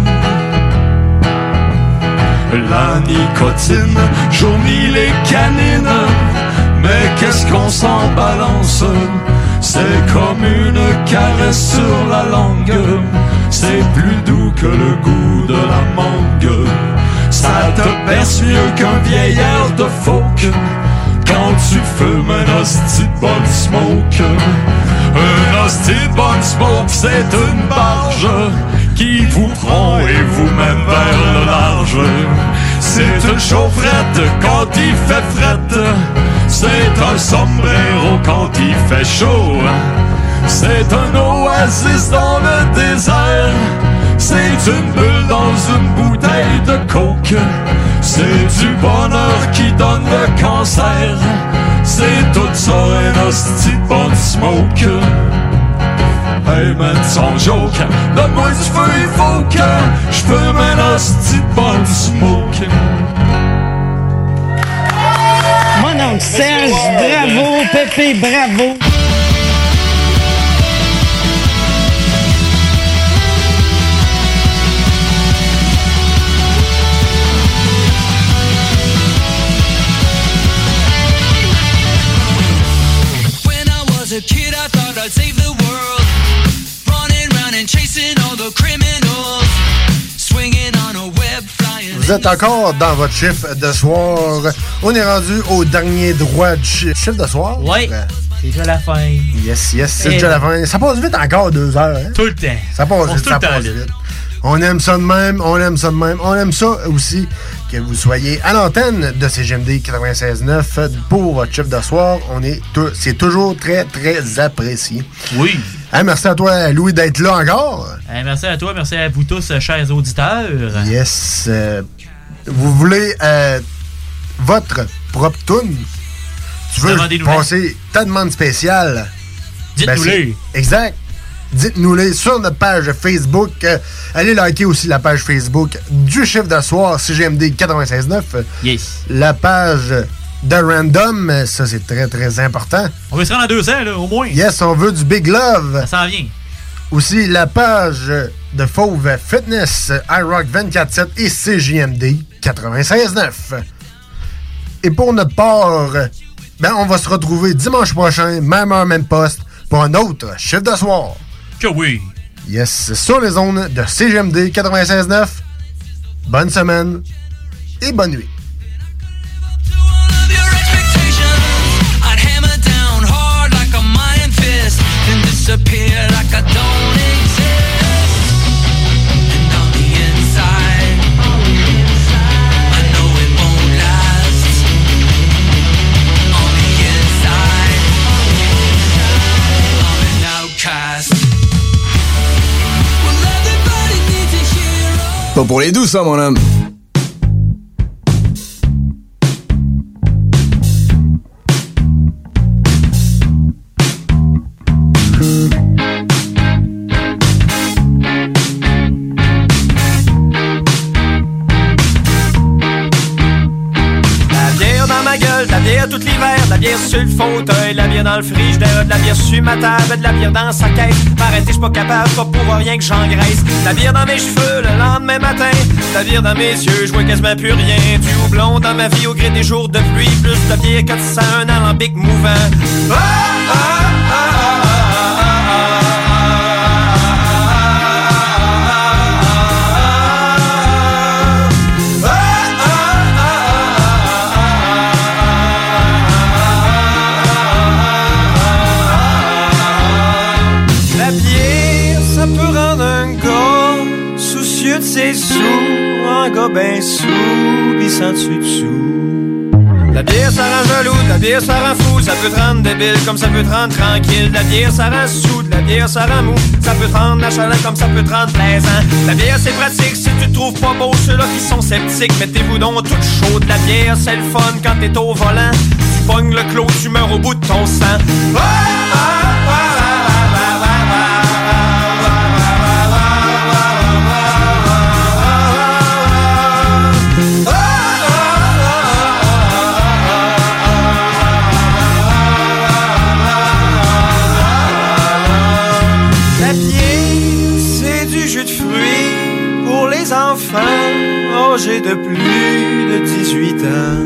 La nicotine jaunit les canines, mais qu'est-ce qu'on s'en balance? C'est comme une caresse sur la langue, c'est plus doux que le goût de la mangue. Ça te berce mieux qu'un vieil air de folk quand tu fumes un hostie de bonne smoke. Un hostie de bonne smoke, c'est une barge qui vous prend et vous mène vers le large. C'est une chaufferette quand il fait frette, c'est un sombrero quand il fait chaud. C'est un oasis dans le désert, c'est une bulle dans une bouteille de coke. C'est du bonheur qui donne le cancer, c'est tout ça un hostie de bonne smoke. Hey man, sans joke, donne-moi du feu, il faut que j'fume un hostie de bonne smoke. Mon oncle Serge, bravo, Pépé, bravo. When I was a kid, I thought I'd save the world. Running round and chasing all the criminals. Swinging on a web, flying. Vous êtes encore dans votre chiffre de soir. On est rendu au dernier droit du chiffre de soir. Ouais. C'est déjà la fin. Yes, c'est déjà la fin. Ça passe vite encore 2 heures. Hein? Tout le temps. Ça passe vite, ça passe vite. On aime ça de même, on aime ça de même. On aime ça aussi que vous soyez à l'antenne de CJMD 96.9 pour votre chiffre de soir. C'est toujours très, très apprécié. Oui. Hey, merci à toi, Louis, d'être là encore. Hey, merci à toi, merci à vous tous, chers auditeurs. Yes. Vous voulez votre propre tune? Tu veux passer ta demande spéciale? Dites-nous-les. Exact. Dites-nous-les sur notre page Facebook. Allez liker aussi la page Facebook du chiffre de soir CGMD 96.9. Yes. La page de Random, ça c'est très très important. On veut se rendre à 200 là, au moins. Yes, on veut du Big Love. Ça s'en vient. Aussi la page de Fauve Fitness, iRock 24/7 et CJMD 96.9. Et pour notre part, on va se retrouver dimanche prochain, même heure, même poste, pour un autre chiffre de soir. Que oui. Yes, sur les ondes de CGMD 96.9. Bonne semaine et bonne nuit. I'd hammer down hard like a iron fist and disappear like I don't exist. And on the inside Pas pour les doux, ça, mon homme. De la bière tout l'hiver, de la bière sur le fauteuil, de la bière dans le frigidaire, de la bière sur ma table, de la bière dans sa caisse. M'arrêter, j'suis pas capable, pas pour rien que j'engraisse. De la bière dans mes cheveux le lendemain matin, de la bière dans mes yeux, j'vois quasiment plus rien. Du houblon dans ma vie au gré des jours de pluie, plus de bière que ça, un alambic mouvant. Ah, ah, ah, ah. C'est sous, un gars ben sous, pis sans dessus. La bière ça rend jaloux, la bière ça rend fou, ça peut te rendre débile comme ça peut te rendre tranquille. La bière ça rend sous, la bière ça rend mou, ça peut te rendre nonchalant comme ça peut te rendre plaisant. La bière c'est pratique si tu te trouves pas beau, ceux-là qui sont sceptiques, mettez-vous donc toute chaude. La bière c'est le fun quand t'es au volant, tu pognes le clos, tu meurs au bout de ton sang. Ah, ah, ah, ah. Enfants âgés de plus de 18 ans.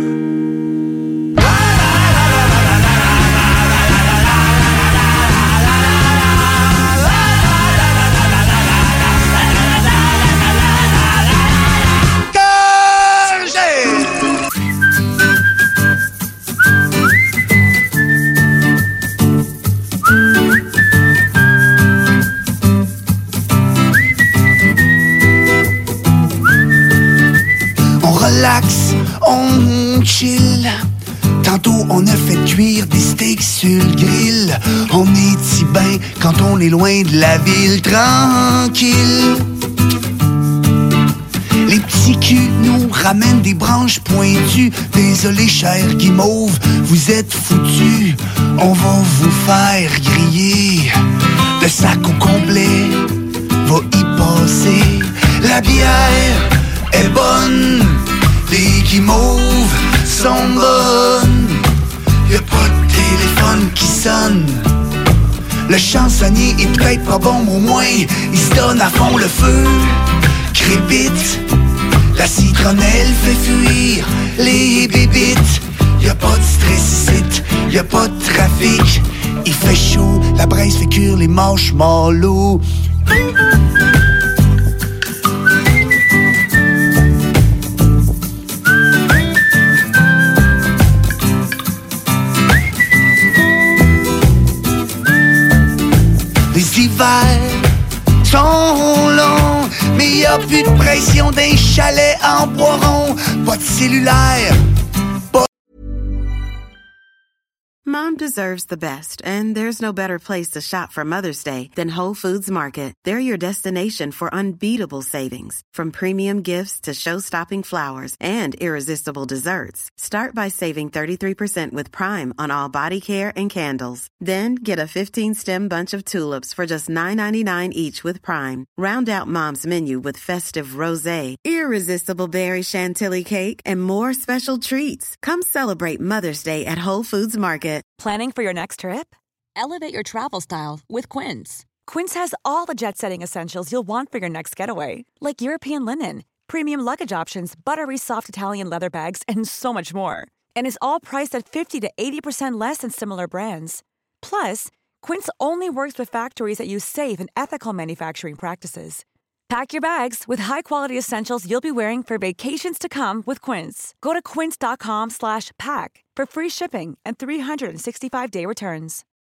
On chill. Tantôt on a fait cuire des steaks sur le grill. On est si bien quand on est loin de la ville, tranquille. Les petits culs nous ramènent des branches pointues. Désolé cher guimauve, vous êtes foutus. On va vous faire griller. Le sac au complet va y passer. La bière est bonne, les guimauves sont bonnes. Y'a pas de téléphone qui sonne. Le chansonnier est peut-être pas bon, au moins il se donne à fond le feu. Crépite, la citronnelle fait fuir les bébites. Y'a pas de stress ici, y'a pas de trafic. Il fait chaud, la braise fait cuire les marshmallows. Les hivers sont longs, mais y a plus de pression d'un chalet en bois rond. Pas de cellulaire. Mom deserves the best, and there's no better place to shop for Mother's Day than Whole Foods Market. They're your destination for unbeatable savings, from premium gifts to show-stopping flowers and irresistible desserts. Start by saving 33% with Prime on all body care and candles. Then get a 15-stem bunch of tulips for just $9.99 each with Prime. Round out Mom's menu with festive rosé, irresistible berry chantilly cake, and more special treats. Come celebrate Mother's Day at Whole Foods Market. Planning for your next trip? Elevate your travel style with Quince. Quince has all the jet-setting essentials you'll want for your next getaway, like European linen, premium luggage options, buttery soft Italian leather bags, and so much more. And is all priced at 50 to 80% less than similar brands. Plus, Quince only works with factories that use safe and ethical manufacturing practices. Pack your bags with high-quality essentials you'll be wearing for vacations to come with Quince. Go to quince.com/pack for free shipping and 365-day returns.